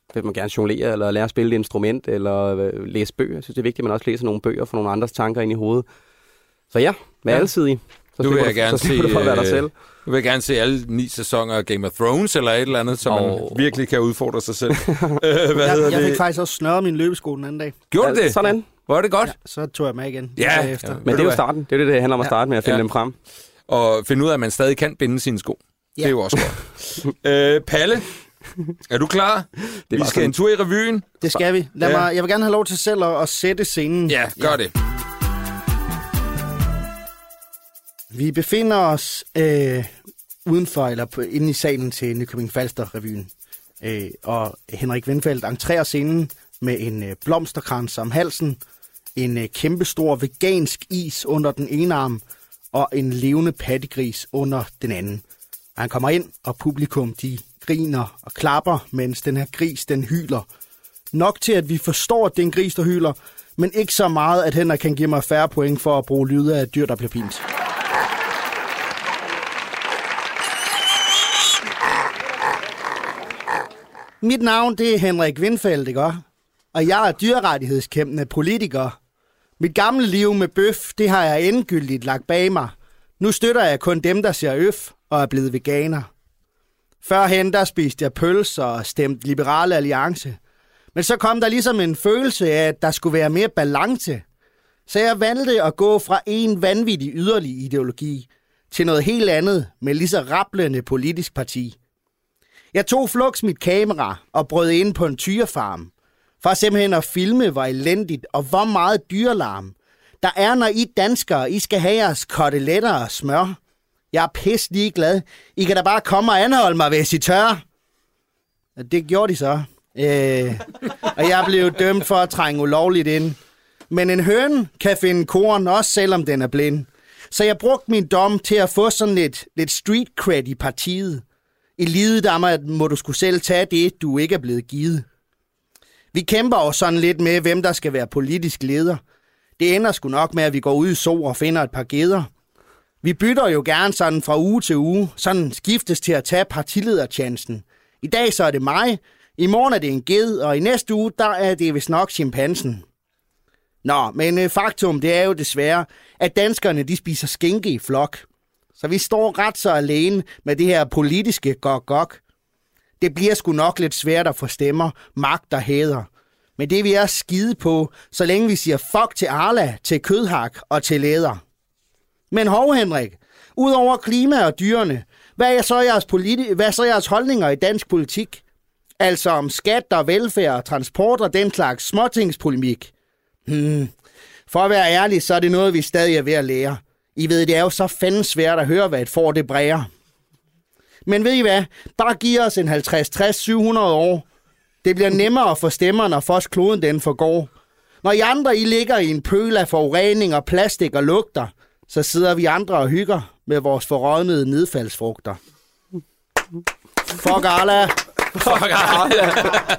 vil man gerne jonglere, eller lære at spille et instrument, eller læse bøger. Jeg synes, det er vigtigt, at man også læser nogle bøger, for nogle andres tanker ind i hovedet. Så ja, vær alsidig. Du vil gerne se, dig selv. Du vil gerne se alle 9 sæsoner af Game of Thrones, eller et eller andet, så man virkelig kan udfordre sig selv. Jeg fik faktisk også snørret min løbesko den anden dag. Gjorde du det? Sådan. Hvor er det godt? Ja, så tog jeg med igen. Ja, efter. Men det er jo starten. Det er det handler om at starte med at finde dem frem. Og finde ud af, at man stadig kan binde sine sko. Ja. Det er jo også godt. Palle, er du klar? Vi skal en tur i revyen. Det skal vi. Jeg vil gerne have lov til selv at sætte scenen. Ja, gør det. Vi befinder os udenfor, eller inde i salen til Nykøbing Falster-revyen. Og Henrik Windfeldt entrerer scenen med en blomsterkrans om halsen, en kæmpestor vegansk is under den ene arm, og en levende pattegris under den anden. Og han kommer ind, og publikum de griner og klapper, mens den her gris den hyler. Nok til, at vi forstår, at det er en gris, der hyler, men ikke så meget, at Henrik kan give mig færre point for at bruge lyde af dyr, der bliver pint. Mit navn, det er Henrik Windfeldt, ikke? Og jeg er dyrrettighedskæmpende politiker. Mit gamle liv med bøf, det har jeg endegyldigt lagt bag mig. Nu støtter jeg kun dem, der ser øf og er blevet veganer. Førhen, der spiste jeg pølser og stemte Liberale Alliance. Men så kom der ligesom en følelse af, at der skulle være mere balance. Så jeg valgte at gå fra en vanvittig yderlig ideologi til noget helt andet med lige så rablende politisk parti. Jeg tog fluks mit kamera og brød ind på en tyrefarm. For simpelthen at filme, hvor elendigt og hvor meget dyrelarm der er, når I danskere, I skal have jeres koteletter og smør. Jeg er pisse ligeglad. I kan da bare komme og anholde mig, hvis I tør. Det gjorde de så. Og jeg blev dømt for at trænge ulovligt ind. Men en høne kan finde korn, også selvom den er blind. Så jeg brugte min dom til at få sådan lidt street cred i partiet. I livet, der må du skulle selv tage det, du ikke er blevet givet. Vi kæmper jo sådan lidt med, hvem der skal være politisk leder. Det ender sgu nok med, at vi går ud i sol og finder et par geder. Vi bytter jo gerne sådan fra uge til uge, sådan skiftes til at tage partilederchancen. I dag så er det mig, i morgen er det en ged, og i næste uge, der er det vist nok chimpansen. Nå, men faktum, det er jo desværre, at danskerne de spiser skinke i flok. Så vi står ret så alene med det her politiske gok-gok. Det bliver sgu nok lidt svært at få stemmer, magt og hæder. Men det vi er skide på, så længe vi siger fuck til Arla, til kødhak og til læder. Men hov Henrik, udover klima og dyrene, hvad er så jeres holdninger i dansk politik? Altså om skat og velfærd og transport og den slags småtingspolemik. For at være ærlig, så er det noget, vi stadig er ved at lære. I ved, det er jo så fandens svært at høre, hvad et får det bræger. Men ved I hvad? Bare giv os en 50, 60, 700 år. Det bliver nemmere at få stemmer, når først kloden den forgår. Når I andre I ligger i en pøl af forurening og plastik og lugter, så sidder vi andre og hygger med vores forrådnede nedfaldsfrugter. Fuck Arla! Fuck Arla!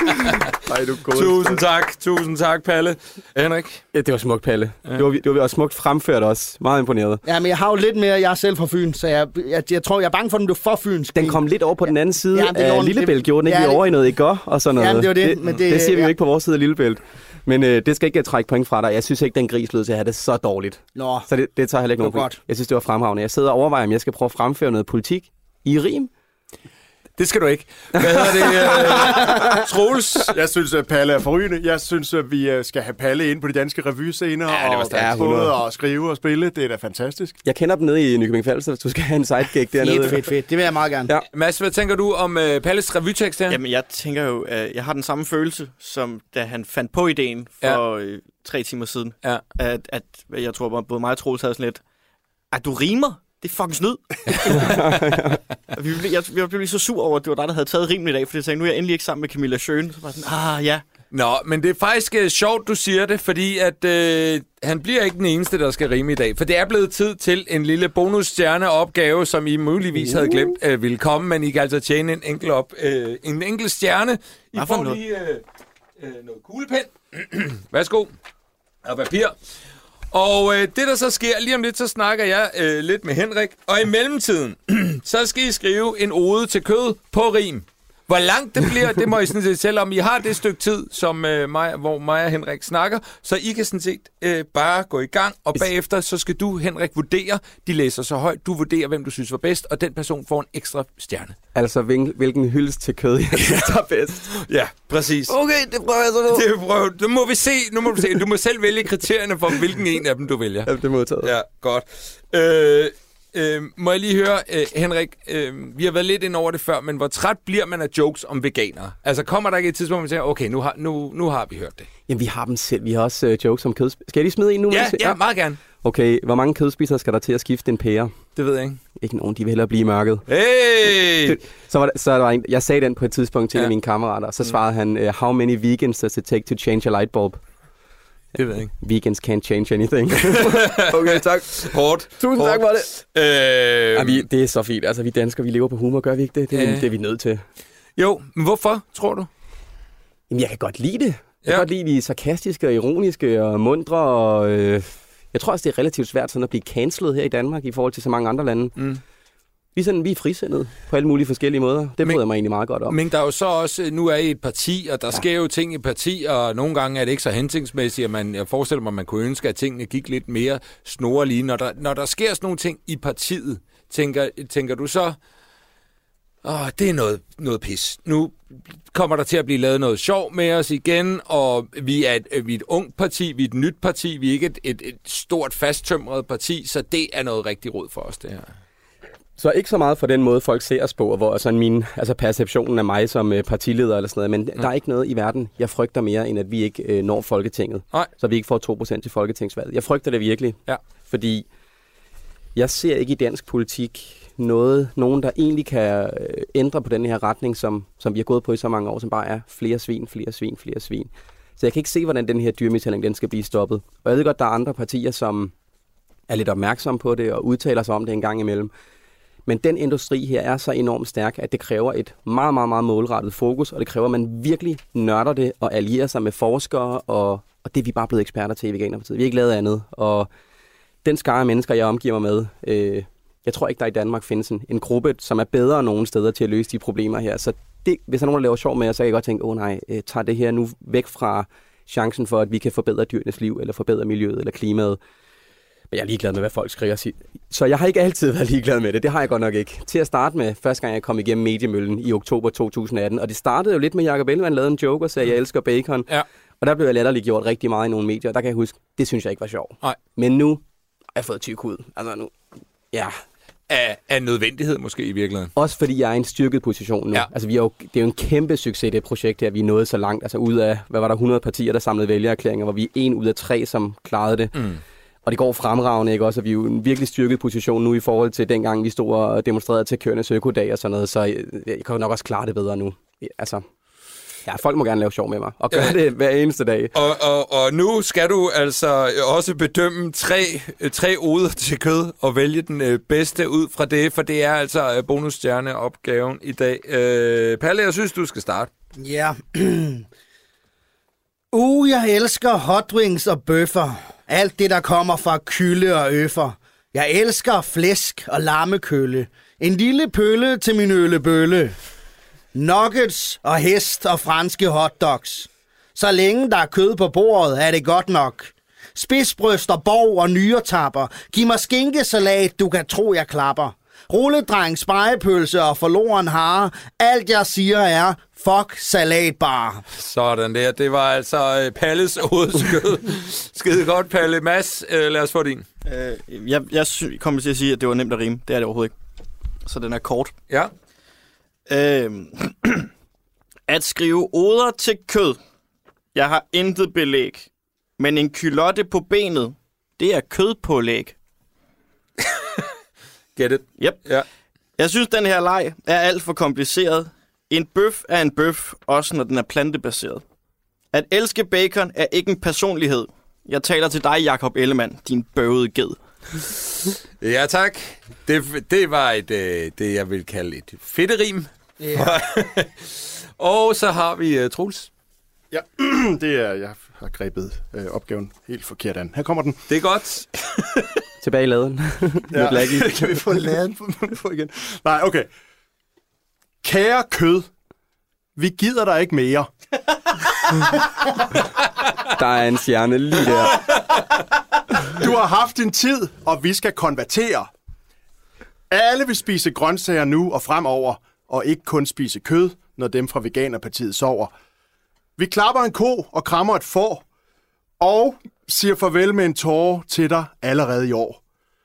Tusind tak, Palle. Henrik? Ja, det var smukt, Palle. Ja. Det var også smukt fremført også. Meget imponeret. Ja, men jeg har jo lidt mere, jeg er selv fra Fyn, så jeg tror, jeg er bange for, at den blev for fynsk. Den kom lidt over på den anden side af Lillebælt, gjorde den ikke over i noget i går og sådan noget. Jamen, det var det. Det siger vi jo ikke på vores side af Lillebælt. Men det skal ikke trække point fra dig. Jeg synes ikke, den gris lød til at have det så dårligt. Nå. Så det tager heller ikke noget point. Jeg synes, det var fremragende. Jeg sidder og overvejer, om jeg skal prøve at fremføre noget politik i rim. Det skal du ikke. Hvad hedder det? Troels? Jeg synes, at Palle er forrygende. Jeg synes, at vi skal have Palle ind på de danske revyscener og både at skrive og spille. Det er da fantastisk. Jeg kender dem nede i Nykøbing Falster, hvis du skal have en sidekick dernede. Fedt. Det vil jeg meget gerne. Ja. Mads, hvad tænker du om Palles revytekst her? Jamen, jeg tænker jo, at jeg har den samme følelse, som da han fandt på ideen for 3 timer siden. Ja. At jeg tror, både mig og Troels havde sådan lidt, at du rimer? Det er fucking snyd. Jeg blev lige så sur over, at det var dig, der havde taget rimen i dag, fordi jeg tænkte, nu er jeg endelig ikke sammen med Camilla Schøn. Så var sådan, ja. Nå, men det er faktisk sjovt, du siger det, fordi at han bliver ikke den eneste, der skal rime i dag. For det er blevet tid til en lille bonusstjerneopgave, som I muligvis havde glemt ville komme, men I kan altså tjene en enkelt stjerne. I får lige noget kuglepen. Værsgo. Og papir. Og det, der så sker, lige om lidt, så snakker jeg lidt med Henrik. Og i mellemtiden, så skal I skrive en ode til kød på rim. Hvor langt det bliver, det må I sådan set selv om. I har det stykke tid, som hvor mig og Henrik snakker, så I kan sådan set bare gå i gang, og bagefter så skal du, Henrik, vurdere. De læser så højt, du vurderer, hvem du synes var bedst, og den person får en ekstra stjerne. Altså, hvilken hyldest til kød, jeg synes er bedst. Ja, præcis. Okay, det prøver jeg så nu. Nu må vi se. Du må selv vælge kriterierne for, hvilken en af dem du vælger. Ja, det er modtaget. Ja, godt. Må jeg lige høre, Henrik, vi har været lidt ind over det før, men hvor træt bliver man af jokes om veganere? Altså, kommer der ikke et tidspunkt, hvor man siger, okay, nu har vi hørt det? Jamen, vi har dem selv. Vi har også jokes om kød. Skal jeg lige smide en nu? Ja, meget gerne. Okay, hvor mange kødspisere skal der til at skifte en pære? Det ved jeg ikke. Ikke nogen, de vil hellere blive i mørket. Hey! Så var en, jeg sagde den på et tidspunkt til en af mine kammerater, og så svarede han, how many vegans does it take to change a light bulb? Det ved jeg ikke. Vegans can't change anything. Okay, tak. Hårdt. Tusind tak for det. Det er så fint. Altså, vi danskere, vi lever på humor, gør vi ikke det? Det er vi nødt til. Jo, men hvorfor, tror du? Jamen, jeg kan godt lide det. Jeg kan godt lide de sarkastiske og ironiske og mundre. Og, jeg tror også, det er relativt svært sådan at blive cancelet her i Danmark i forhold til så mange andre lande. Vi er frisindede på alle mulige forskellige måder. Det bryder jeg mig egentlig meget godt om. Men der er jo så også, nu er I et parti, og der sker jo ting i parti, og nogle gange er det ikke så hensigtsmæssigt, at jeg forestiller mig, at man kunne ønske, at tingene gik lidt mere snorlige. Når der sker sådan nogle ting i partiet, tænker du så, det er noget pis. Nu kommer der til at blive lavet noget sjov med os igen, og vi er et ungt parti, vi er et nyt parti, vi er ikke et stort fasttømret parti, så det er noget rigtig rod for os, det her. Så ikke så meget for den måde, folk ser os på, og hvor sådan perceptionen af mig som partileder eller sådan noget, men der er ikke noget i verden, jeg frygter mere, end at vi ikke når Folketinget. Nej. Så vi ikke får 2% til folketingsvalget. Jeg frygter det virkelig, fordi jeg ser ikke i dansk politik nogen, der egentlig kan ændre på den her retning, som vi har gået på i så mange år, som bare er flere svin. Så jeg kan ikke se, hvordan den her dyremishandling, den skal blive stoppet. Og jeg ved godt, der er andre partier, som er lidt opmærksomme på det og udtaler sig om det en gang imellem. Men den industri her er så enormt stærk, at det kræver et meget, meget, meget målrettet fokus, og det kræver, at man virkelig nørder det og allierer sig med forskere, og det er vi bare blevet eksperter til i Veganerpartiet. Vi har ikke lavet andet, og den skare af mennesker, jeg omgiver mig med, jeg tror ikke, der i Danmark findes en gruppe, som er bedre end nogen steder til at løse de problemer her. Så hvis der er nogen, der laver sjov med os, så kan jeg godt tænke, tager det her nu væk fra chancen for, at vi kan forbedre dyrenes liv, eller forbedre miljøet, eller klimaet. Men jeg er ligeglad med, hvad folk skriver og siger. Så jeg har ikke altid været ligeglad med det. Det har jeg godt nok ikke. Til at starte med, første gang jeg kom igennem mediemøllen i oktober 2018, og det startede jo lidt med, Jacob Ellemann lavede en joke og sagde, jeg elsker bacon. Ja. Og der blev jeg latterligt gjort rigtig meget i nogle medier. Der kan jeg huske, det synes jeg ikke var sjovt. Men nu har jeg fået tyk hud. Altså nu, Af nødvendighed måske i virkeligheden. Også fordi jeg er i en styrket position nu. Ja. Altså, det er jo en kæmpe succes, det projekt her. Vi er nået så langt. Altså ud af, 100 partier, der samlede vælgererklæringer, hvor vi er 1 ud af 3, som klarede det. Og det går fremragende, ikke også? Og vi er jo i en virkelig styrket position nu i forhold til dengang, vi stod og demonstrerede til Køernes Økodag og sådan noget. Så jeg kan nok også klare det bedre nu. Altså, ja, folk må gerne lave sjov med mig. Og gøre det hver eneste dag. Og nu skal du altså også bedømme tre oder til kød og vælge den bedste ud fra det. For det er altså bonusstjerneopgaven i dag. Palle, jeg synes, du skal starte. Ja. Jeg elsker hotwings og bøffer. Alt det, der kommer fra kylde og øffer. Jeg elsker flæsk og lammekølle. En lille pølle til min ølebølle. Nuggets og hest og franske hotdogs. Så længe der er kød på bordet, er det godt nok. Spidsbryster, borg og nyretapper. Giv mig skinkesalat, du kan tro, jeg klapper. Rulledreng, spegepølse og forloren hare. Alt jeg siger er, fuck salatbar. Sådan der. Det var altså Palles hovedskød. Skide godt, Palle. Mads, lad os få din. Jeg kommer til at sige, at det var nemt at rime. Det er det overhovedet ikke. Så den er kort. Ja. At skrive oder til kød. Jeg har intet belæg. Men en kylotte på benet, det er kødpålæg. Get it? Yep. Ja. Jeg synes, den her leg er alt for kompliceret. En bøf er en bøf, også når den er plantebaseret. At elske bacon er ikke en personlighed. Jeg taler til dig, Jacob Ellemann, din bøvede ged. Ja, tak. Det var det, jeg vil kalde et fedterim. Yeah. Og så har vi Troels. Ja, jeg har grebet opgaven helt forkert an. Her kommer den. Det er godt. Tilbage i laden. Ja. Kan vi få laden på igen? Nej, okay. Kære kød, vi gider dig ikke mere. Der er en stjerne lige der. Du har haft din tid, og vi skal konvertere. Alle vil spise grøntsager nu og fremover, og ikke kun spise kød, når dem fra Veganerpartiet sover. Vi klapper en ko og krammer et får, og siger farvel med en tåre til dig allerede i år.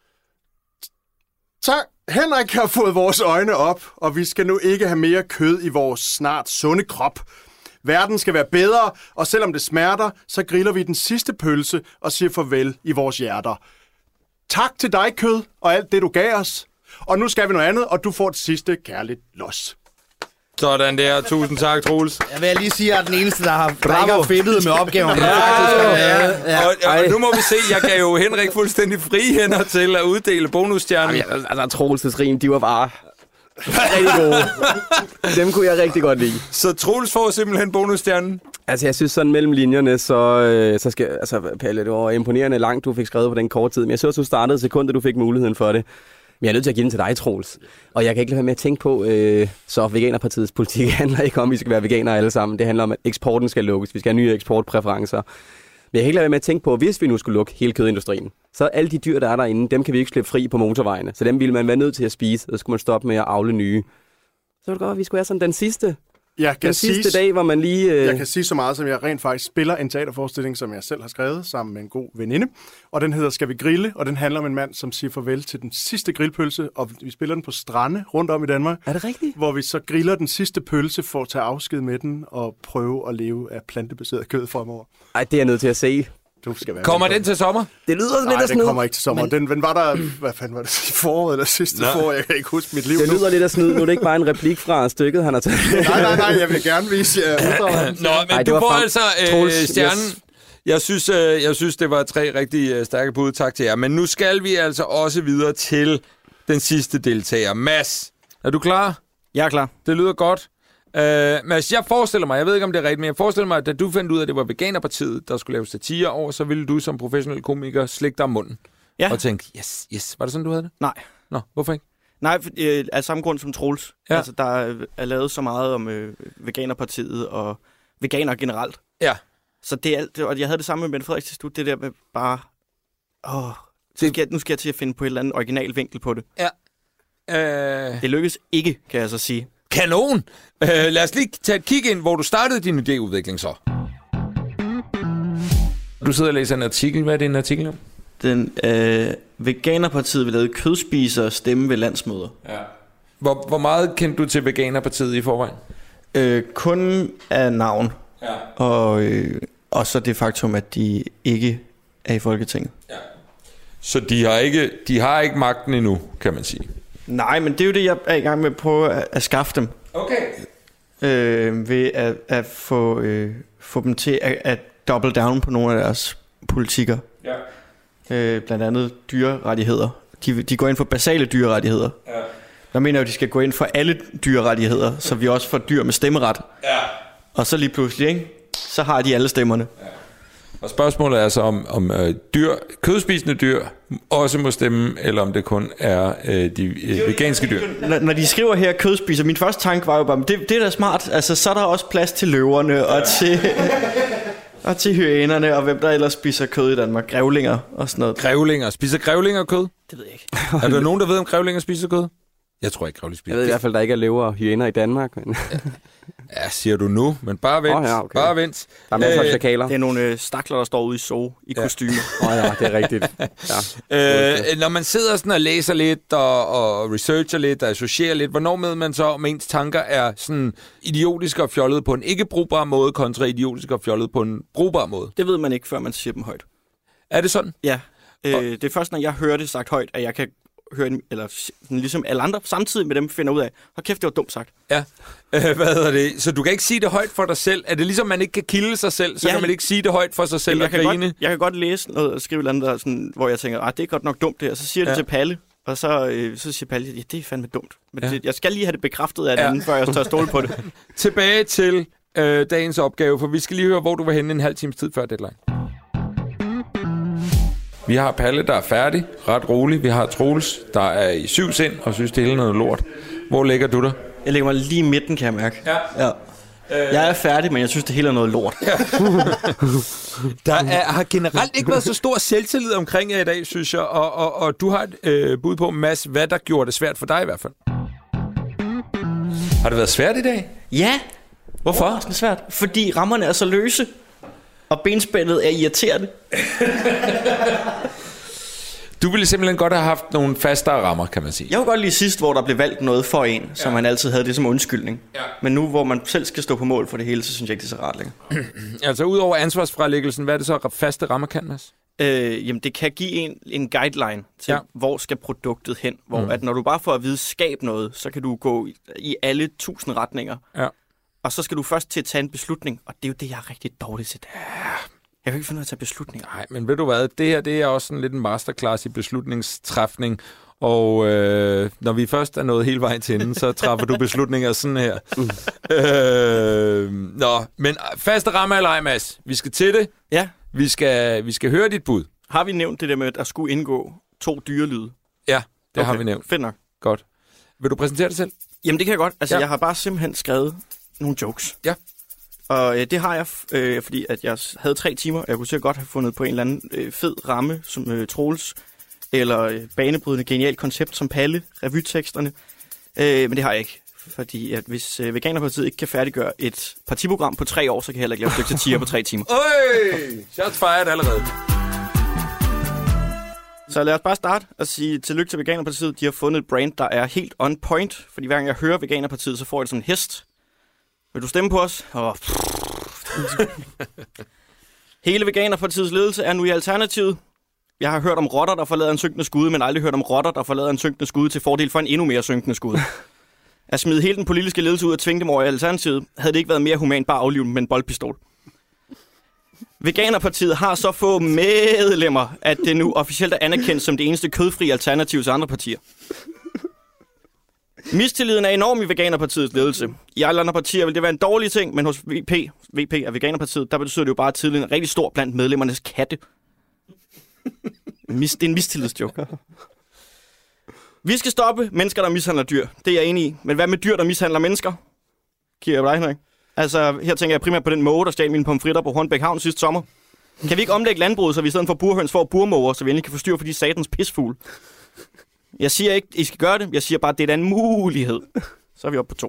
Tak. Henrik har fået vores øjne op, og vi skal nu ikke have mere kød i vores snart sunde krop. Verden skal være bedre, og selvom det smerter, så griller vi den sidste pølse og siger farvel i vores hjerter. Tak til dig, kød, og alt det, du gav os. Og nu skal vi noget andet, og du får det sidste kærligt los. Sådan der. Tusind tak, Troels. Jeg vil lige sige, at jeg er den eneste, der ikke har fedtet med opgaven. Og nu må vi se, jeg gav jo Henrik fuldstændig frie hænder til at uddele bonusstjernen. Altså, Troels' rim, de var bare rigtig gode. Dem kunne jeg rigtig godt lide. Så Troels får simpelthen bonusstjernen? Altså, jeg synes sådan mellem linjerne, så skal... Altså, Palle, det var imponerende langt, du fik skrevet på den korte tid. Men jeg synes, du startede sekundet, du fik muligheden for det. Men jeg er nødt til at give den til dig, Troels. Og jeg kan ikke lade være med at tænke på, så Veganerpartiets politik handler ikke om, at vi skal være veganere alle sammen. Det handler om, at eksporten skal lukkes. Vi skal have nye eksportpræferencer. Men jeg kan ikke lade være med at tænke på, hvis vi nu skulle lukke hele kødindustrien, så alle de dyr, der er derinde, dem kan vi ikke slippe fri på motorvejene. Så dem ville man være nødt til at spise, og så skulle man stoppe med at avle nye. Så det godt, at vi skulle have sådan den sidste dag, hvor man lige... Jeg kan sige så meget, som jeg rent faktisk spiller en teaterforestilling, som jeg selv har skrevet sammen med en god veninde. Og den hedder Skal vi grille? Og den handler om en mand, som siger farvel til den sidste grillpølse. Og vi spiller den på strande rundt om i Danmark. Er det rigtigt? Hvor vi så griller den sidste pølse for at tage afsked med den og prøve at leve af plantebaseret kød fremover. Ej, det er jeg nødt til at se. Kommer den til sommer? Det lyder lidt af sådan noget. Nej, den kommer ikke til sommer. Den var der, hvad fanden var det, foråret eller sidste forår? Jeg kan ikke huske mit liv nu. Det lyder lidt af snyd. Nu er det ikke bare en replik fra stykket, han har taget. Nej, jeg vil gerne vise jer. Nå, men du får altså stjernen. Yes. Jeg synes, det var 3 rigtig stærke bud. Tak til jer. Men nu skal vi altså også videre til den sidste deltager. Mads, er du klar? Jeg er klar. Det lyder godt. Mads, jeg forestiller mig, jeg ved ikke om det er rigtigt, men jeg forestiller mig, at da du fandt ud af, at det var Veganerpartiet, der skulle lave satire over, så ville du som professionel komiker slikke dig om munden. Ja. Og tænke, yes. Var det sådan, du havde det? Nej. Nå, hvorfor ikke? Nej, af samme grund som Troels. Ja. Altså, der er lavet så meget om Veganerpartiet og veganer generelt. Ja. Så det er alt, og jeg havde det samme med Mette Frederiksen Stud, det der med bare, nu skal jeg til at finde på et eller andet original vinkel på det. Ja. Det lykkes ikke, kan jeg så sige. Kanon! Lad os lige tage et kig ind, hvor du startede din idéudvikling så. Du sidder og læser en artikel. Hvad er det en artikel om? Den Veganerpartiet vil lave kødspisere stemme ved landsmøder. Ja. Hvor meget kendte du til Veganerpartiet i forvejen? Kun af navn. Ja. Og så det faktum, at de ikke er i Folketinget. Ja. Så de har ikke magten endnu, kan man sige. Nej, men det er jo det, jeg er i gang med på at skaffe dem. Okay. Ved at få dem til at double down på nogle af deres politikker. Ja. Blandt andet dyrerettigheder. De går ind for basale dyrerettigheder. Ja. Der mener jeg, at de skal gå ind for alle dyrerettigheder, så vi også får dyr med stemmeret. Ja. Og så lige pludselig, ikke? Så har de alle stemmerne. Ja. Og spørgsmålet er så, om kødspisende dyr også må stemme, eller om det kun er de veganske dyr. Når de skriver her kødspiser, min første tanke var jo bare, det er da smart. Altså, så er der også plads til løverne og til hyænerne, og hvem der ellers spiser kød i Danmark. Grævlinger og sådan noget. Grævlinger? Spiser grævlinger kød? Det ved jeg ikke. Er der nogen, der ved, om grævlinger spiser kød? Jeg tror ikke, grævlinger spiser. Jeg ved i hvert fald, der ikke er løver og hyæner i Danmark. Men... Ja, siger du nu, men bare vent. Okay. Bare vent. Der er masser af chakaler. Det er nogle stakler, der står ude i zoo i kostymer. Ja, det er rigtigt. Ja. Når man sidder sådan og læser lidt og researcher lidt og associerer lidt, hvornår med man så, om ens tanker er sådan idiotiske og fjollede på en ikke brugbar måde, kontra idiotiske og fjollede på en brugbar måde? Det ved man ikke, før man siger dem højt. Er det sådan? Ja. Det er først, når jeg hører det sagt højt, at jeg kan høre, eller ligesom alle andre, samtidig med dem finder ud af, hold kæft, det var dumt sagt. Ja. Hvad hedder det? Så du kan ikke sige det højt for dig selv? Er det ligesom, man ikke kan kilde sig selv, så kan man ikke sige det højt for sig selv og grine? Jeg kan godt læse noget og skrive et eller andet, der, sådan, hvor jeg tænker, det er godt nok dumt det her. Så siger det til Palle, og så siger Palle, ja, det er fandme dumt. Men jeg skal lige have det bekræftet af den anden, før jeg tør stole på det. Tilbage til dagens opgave, for vi skal lige høre, hvor du var henne en halv times tid før deadline. Vi har Palle, der er færdig, ret rolig. Vi har Troels, der er i 7 sind og synes, det hele noget lort. Hvor ligger du der? Jeg ligger mig lige i midten, kan jeg mærke. Ja. Jeg er færdig, men jeg synes, det hele er noget lort. Har generelt ikke været så stor selvtillid omkring jer i dag, synes jeg. Og du har et bud på, Mads, hvad der gjorde det svært for dig i hvert fald. Har det været svært i dag? Ja. Hvorfor? Det er svært. Fordi rammerne er så løse, og benspændet er irriterende. Du ville simpelthen godt have haft nogle fastere rammer, kan man sige. Jeg var godt lige sidst, hvor der blev valgt noget for en, som man altid havde det som undskyldning. Ja. Men nu, hvor man selv skal stå på mål for det hele, så synes jeg ikke, det er så rart længere. Altså, udover ansvarsfralæggelsen, hvad er det så faste rammer kan, Mads? Jamen, det kan give en guideline til, hvor skal produktet hen. Hvor at når du bare får at vide, skab noget, så kan du gå i alle 1000 retninger. Ja. Og så skal du først til at tage en beslutning, og det er jo det, jeg er rigtig dårlig til. Jeg kan ikke finde ud af at tage beslutninger. Nej, men ved du hvad, det her det er også sådan lidt en masterclass i beslutningstræfning. Og når vi først er nået hele vejen til enden, så træffer du beslutninger sådan her. Men faste rammer eller ej, Mads? Vi skal til det. Ja. Vi skal høre dit bud. Har vi nævnt det der med, at der skulle indgå 2 dyrelyde? Ja, det har vi nævnt. Fedt nok. Godt. Vil du præsentere dig selv? Jamen, det kan jeg godt. Altså, jeg har bare simpelthen skrevet nogle jokes. Ja. Og det har jeg, fordi at jeg havde 3 timer, og jeg kunne sikkert godt have fundet på en eller anden fed ramme, som Troels, eller banebrydende genialt koncept som Palle, revyteksterne. Men det har jeg ikke, fordi at hvis Veganerpartiet ikke kan færdiggøre et partiprogram på 3 år, så kan jeg heller ikke lave et stykke satire på 3 timer. Shots fired allerede. Så lad os bare starte og sige tillykke til Veganerpartiet. De har fundet et brand, der er helt on point, fordi hver gang jeg hører Veganerpartiet, så får jeg sådan en hest. Vil du stemme på os? Hele Veganerpartiets ledelse er nu i Alternativet. Jeg har hørt om rotter, der forlader en synkende skude, men aldrig hørt om rotter, der forlader en synkende skude til fordel for en endnu mere synkende skude. At smide hele den politiske ledelse ud og tvinge dem over i Alternativet, havde det ikke været mere humant bare aflive dem med en boldpistol. Veganerpartiet har så få medlemmer, at det nu officielt er anerkendt som det eneste kødfri alternativ til andre partier. Mistilliden er enorm i Veganerpartiets ledelse. I alle andre partier vil det være en dårlig ting, men hos VP af Veganerpartiet, der betyder det jo bare tidligt en rigtig stor blandt medlemmernes katte. Det er en mistillidsjoke. Vi skal stoppe mennesker, der mishandler dyr. Det er jeg enig i. Men hvad med dyr, der mishandler mennesker? Kigger jeg på dig, Henrik? Altså, her tænker jeg primært på den måge, der stjal mine pomfritter på Hornbæk Havn sidste sommer. Kan vi ikke omlægge landbruget, så vi i stedet for burhøns får burmåger, så vi endelig kan få styr på de satans pisfugle? Jeg siger ikke, I skal gøre det. Jeg siger bare, at det er da en mulighed. Så er vi oppe på 2.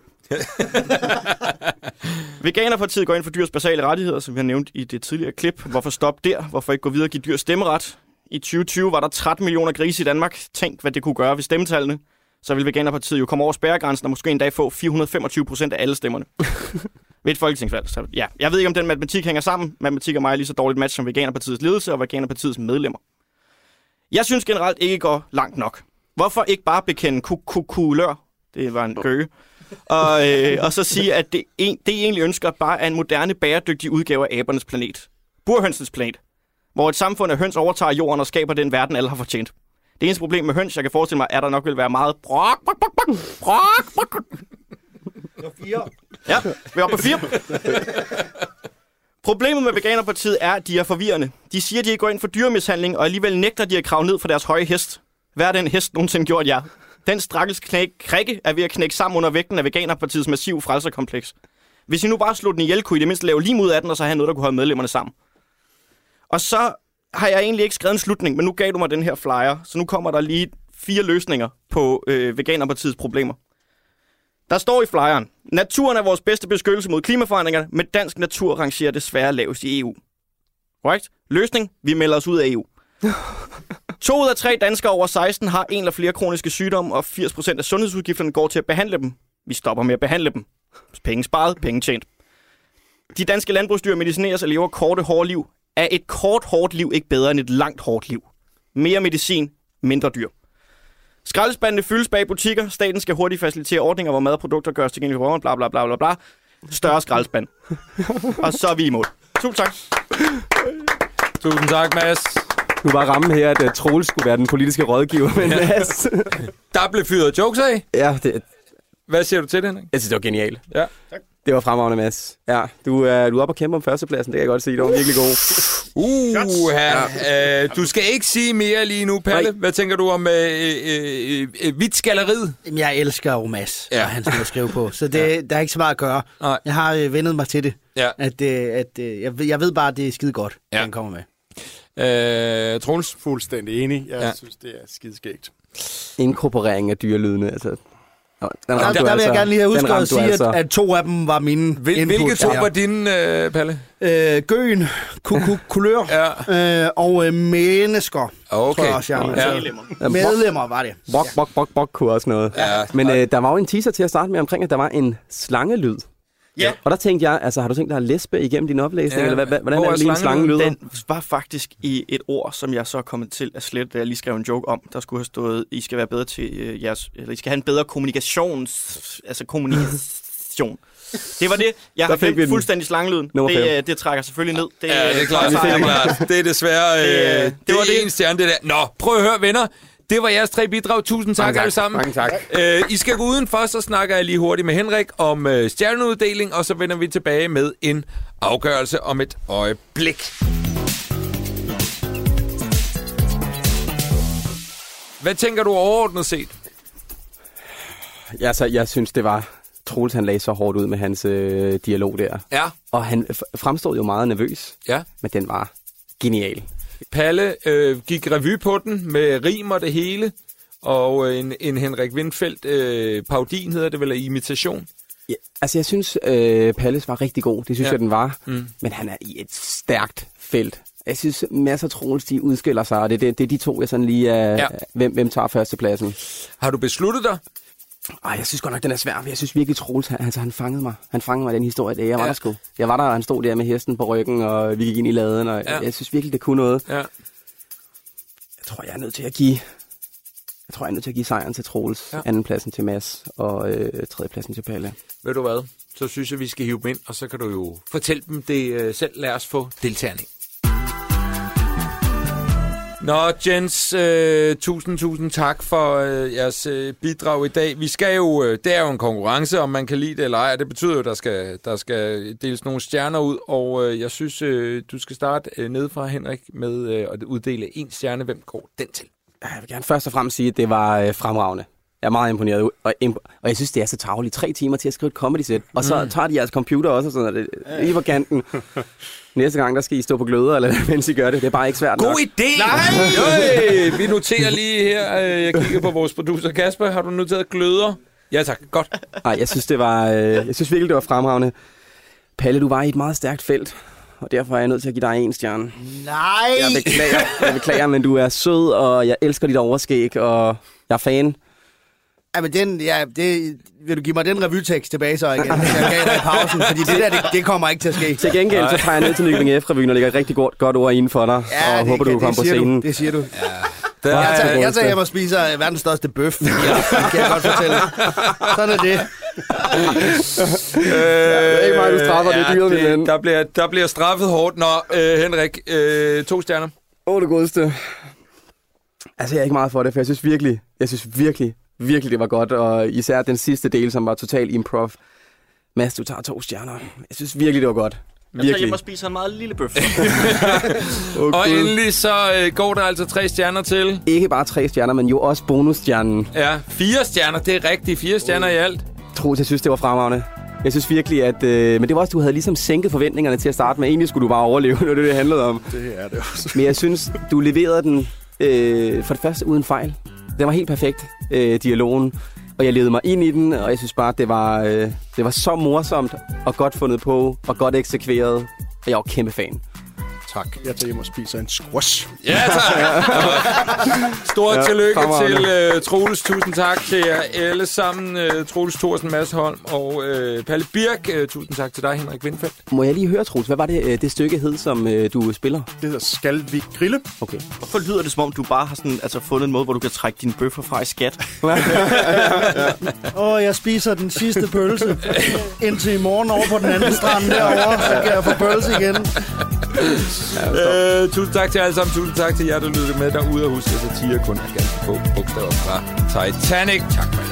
Veganerpartiet går ind for dyrs basale rettigheder, som vi har nævnt i det tidligere klip. Hvorfor stoppe der? Hvorfor ikke gå videre og give dyr stemmeret? I 2020 var der 13 millioner grise i Danmark. Tænk, hvad det kunne gøre ved stemmetallene. Så ville Veganerpartiet jo komme over spærregrænsen og måske en dag få 425% af alle stemmerne. Ved et folketingsvalg. Så ja, jeg ved ikke, om den matematik hænger sammen. Matematik er mig lige så dårligt match som Veganerpartiets ledelse og Veganerpartiets medlemmer. Jeg synes generelt ikke går langt nok. Hvorfor ikke bare bekende kukulør? Det var en gøge. Og så sige, at det I egentlig ønsker bare er en moderne, bæredygtig udgave af abernes planet. Burhønsens planet. Hvor et samfund af høns overtager jorden og skaber den verden, alle har fortjent. Det eneste problem med høns, jeg kan forestille mig, er, der nok vil være meget brok. Det var 4. Ja, vi er oppe på 4. Problemet med Veganerpartiet er, at de er forvirrende. De siger, at de ikke går ind for dyremishandling, og alligevel nægter de at krave ned fra deres høje hest. Hvad er den hest nogensinde gjort jer? Den stakkels krikke er ved at knække sammen under vægten af Veganerpartiets massive frelserkompleks. Hvis I nu bare slog den ihjel, kunne I det mindste lave lige ud af den, og så have noget, der kunne holde medlemmerne sammen. Og så har jeg egentlig ikke skrevet en slutning, men nu gav du mig den her flyer, så nu kommer der lige 4 løsninger på Veganerpartiets problemer. Der står i flyeren: naturen er vores bedste beskyttelse mod klimaforandringerne, men dansk natur rangerer desværre lavest i EU. Right? Løsning: vi melder os ud af EU. 2 ud af 3 danskere over 16 har en eller flere kroniske sygdomme, og 80% af sundhedsudgifterne går til at behandle dem. Vi stopper med at behandle dem. Penge sparet, penge tjent. De danske landbrugsdyr medicineres og lever korte, hårde liv. Er et kort, hårdt liv ikke bedre end et langt, hårdt liv? Mere medicin, mindre dyr. Skraldespandene fyldes bag butikker. Staten skal hurtigt facilitere ordninger, hvor madprodukter gøres tilgængelige for borgerne. Bla bla bla bla bla. Større skraldespand. Og så er vi i mål. Tusind tak. Tusind tak, Mads. Nu var rammen her, at Troels skulle være den politiske rådgiver, men Mads. Der blev fyret jokes af. Ja, det... Hvad siger du til det, Henrik? Jeg synes, det var genialt. Ja. Det var fremragende, Mads. Ja, du er oppe og kæmpe om førstepladsen, det kan jeg godt sige. Det var virkelig god. Du skal ikke sige mere lige nu, Palle. Hvad tænker du om Vitsgalleriet? Jeg elsker jo Mads, og han skal skrive på. Så der er ikke så meget at gøre. Nej. Jeg har vendet mig til det. Ja. Jeg ved bare, at det er skide godt, at han kommer med. Troels? Fuldstændig enig. Jeg synes, det er skideskægt. Inkorporering af dyrelydene, altså... Der vil jeg gerne lige have husket at sige, at 2 af dem var mine Hvilke 2 var dine, Palle? Gøen, kulør og mennesker. Okay. Tror jeg også, medlemmer var det. Bok kunne også noget. Ja. Men der var jo en teaser til at starte med omkring, at der var en slangelyd. Ja. Og der tænkte jeg, altså har du tænkt dig at læspe igennem din oplæsning, eller hvordan er det lige en slangelyd? Den var faktisk i et ord, som jeg så kom til at slette, da jeg lige skrev en joke om. Der skulle have stået, I skal være bedre til jeres, eller I skal have en bedre kommunikation. Det var det. Jeg har glemt fuldstændig slangelyden. Det trækker selvfølgelig ned. Det er klart. Det er desværre det var det 1 stjerne, det der. Nå, prøv at høre, venner. Det var jeres 3 bidrag. Tusind tak alle sammen. Mange tak. I skal gå udenfor, så snakker jeg lige hurtigt med Henrik om stjerneuddeling, og så vender vi tilbage med en afgørelse om et øjeblik. Hvad tænker du overordnet set? Altså, jeg synes, det var... Troels, han lagde så hårdt ud med hans dialog der. Ja. Og han fremstod jo meget nervøs. Ja. Men den var genial. Palle gik revy på den med rim og det hele, og en Henrik Windfeldt parodien hedder det vel, imitation. Ja, altså jeg synes, Palles var rigtig god, det synes jeg, den var, men han er i et stærkt felt. Jeg synes, masser af Troels, de udskiller sig, og det er de 2, jeg sådan lige hvem tager førstepladsen. Har du besluttet dig? Jeg synes godt nok, den er svær, for jeg synes virkelig, Troels, han fangede mig. Han fangede mig i den historie, det jeg var der sgu. Jeg var der, og han stod der med hesten på ryggen, og vi gik ind i laden, og jeg synes virkelig, det kunne noget. Ja. Jeg tror, jeg er nødt til at give sejren til Troels, andenpladsen til Mads, og tredjepladsen til Palle. Ved du hvad? Så synes jeg, vi skal hive dem ind, og så kan du jo fortælle dem det selv. Lad os få deltagerne. Nå, Jens, tusind tak for jeres bidrag i dag. Vi skal jo, det er jo en konkurrence, om man kan lide det eller ej, det betyder jo, der skal deles nogle stjerner ud, og jeg synes, du skal starte nedefra, Henrik, med at uddele 1 stjerne. Hvem går den til? Jeg vil gerne først og fremmest sige, at det var fremragende. Jeg er meget imponeret, og jeg synes, det er så tarveligt. 3 timer til at skrive et comedy-sæt, og så tager de jeres computer også, og sådan noget, lige på kanten. Næste gang, der skal I stå på gløder, eller mens I gør det. Det er bare ikke svært nok. God idé! Nej! Vi noterer lige her. Jeg kigger på vores producer Kasper. Har du noteret gløder? Ja tak, godt. Nej, jeg synes virkelig, det var fremragende. Palle, du var i et meget stærkt felt, og derfor er jeg nødt til at give dig 1 stjerne. Nej! Jeg beklager, men du er sød, og jeg elsker dit overskæg, og jeg er fan. Ja, men vil du give mig den revytekst tilbage så igen, hvis jeg gav dig i pausen? Fordi det der, det kommer ikke til at ske. Til gengæld, så tager jeg ned til Nykøbing F-revyen og lægger et rigtig godt ord inden for dig. Ja, og håber, du kommer på scenen. Det siger du. Ja. Jeg tager hjem og spiser verdens største bøf. Det kan jeg godt fortælle. Sådan er det. Det er ikke mig, du straffer, det er dyret, min ven. Der bliver straffet hårdt. Nå, Henrik, 2 stjerner. Det godeste. Altså, jeg er ikke meget for det, for jeg synes virkelig, det var godt, og især den sidste del, som var total improv. Mads, du tager 2 stjerner. Jeg synes virkelig, det var godt. Jeg tager hjem og spiser en meget lille bøf. Og endelig så går der altså 3 stjerner til. Ikke bare 3 stjerner, men jo også bonusstjernen. Ja, 4 stjerner, det er rigtigt. 4 stjerner i alt. Troels, jeg synes, det var fremragende. Jeg synes virkelig, at... men det var også, du havde ligesom sænket forventningerne til at starte med. Egentlig skulle du bare overleve, det var det handlede om. Det er det også. Men jeg synes, du leverede den for det første uden fejl. Den var helt perfekt, dialogen, og jeg levede mig ind i den, og jeg synes bare, det var så morsomt og godt fundet på, og godt eksekveret, og jeg var kæmpe fan. Tak. Jeg tager hjem og spiser en squash. Ja, tak. Stort tillykke til Troels. Tusind tak til jer alle sammen. Troels Thorsen, Mads Holm og Palle Birk. Tusind tak til dig, Henrik Windfeldt. Må jeg lige høre, Troels, hvad var det stykke hed, som du spiller? Det hedder Skal vi grille? Okay. Hvorfor lyder det, som om du bare har sådan, fundet en måde, hvor du kan trække dine bøffer fra i skat? Jeg spiser den sidste pølse indtil i morgen over på den anden strand derovre, så kan jeg få pølse igen. Tusind tak til jer alle sammen. Tusind tak til jer, der lyttede med derude. Og husk, at satire kun er ganske få bogstaver fra Titanic. Tak, man.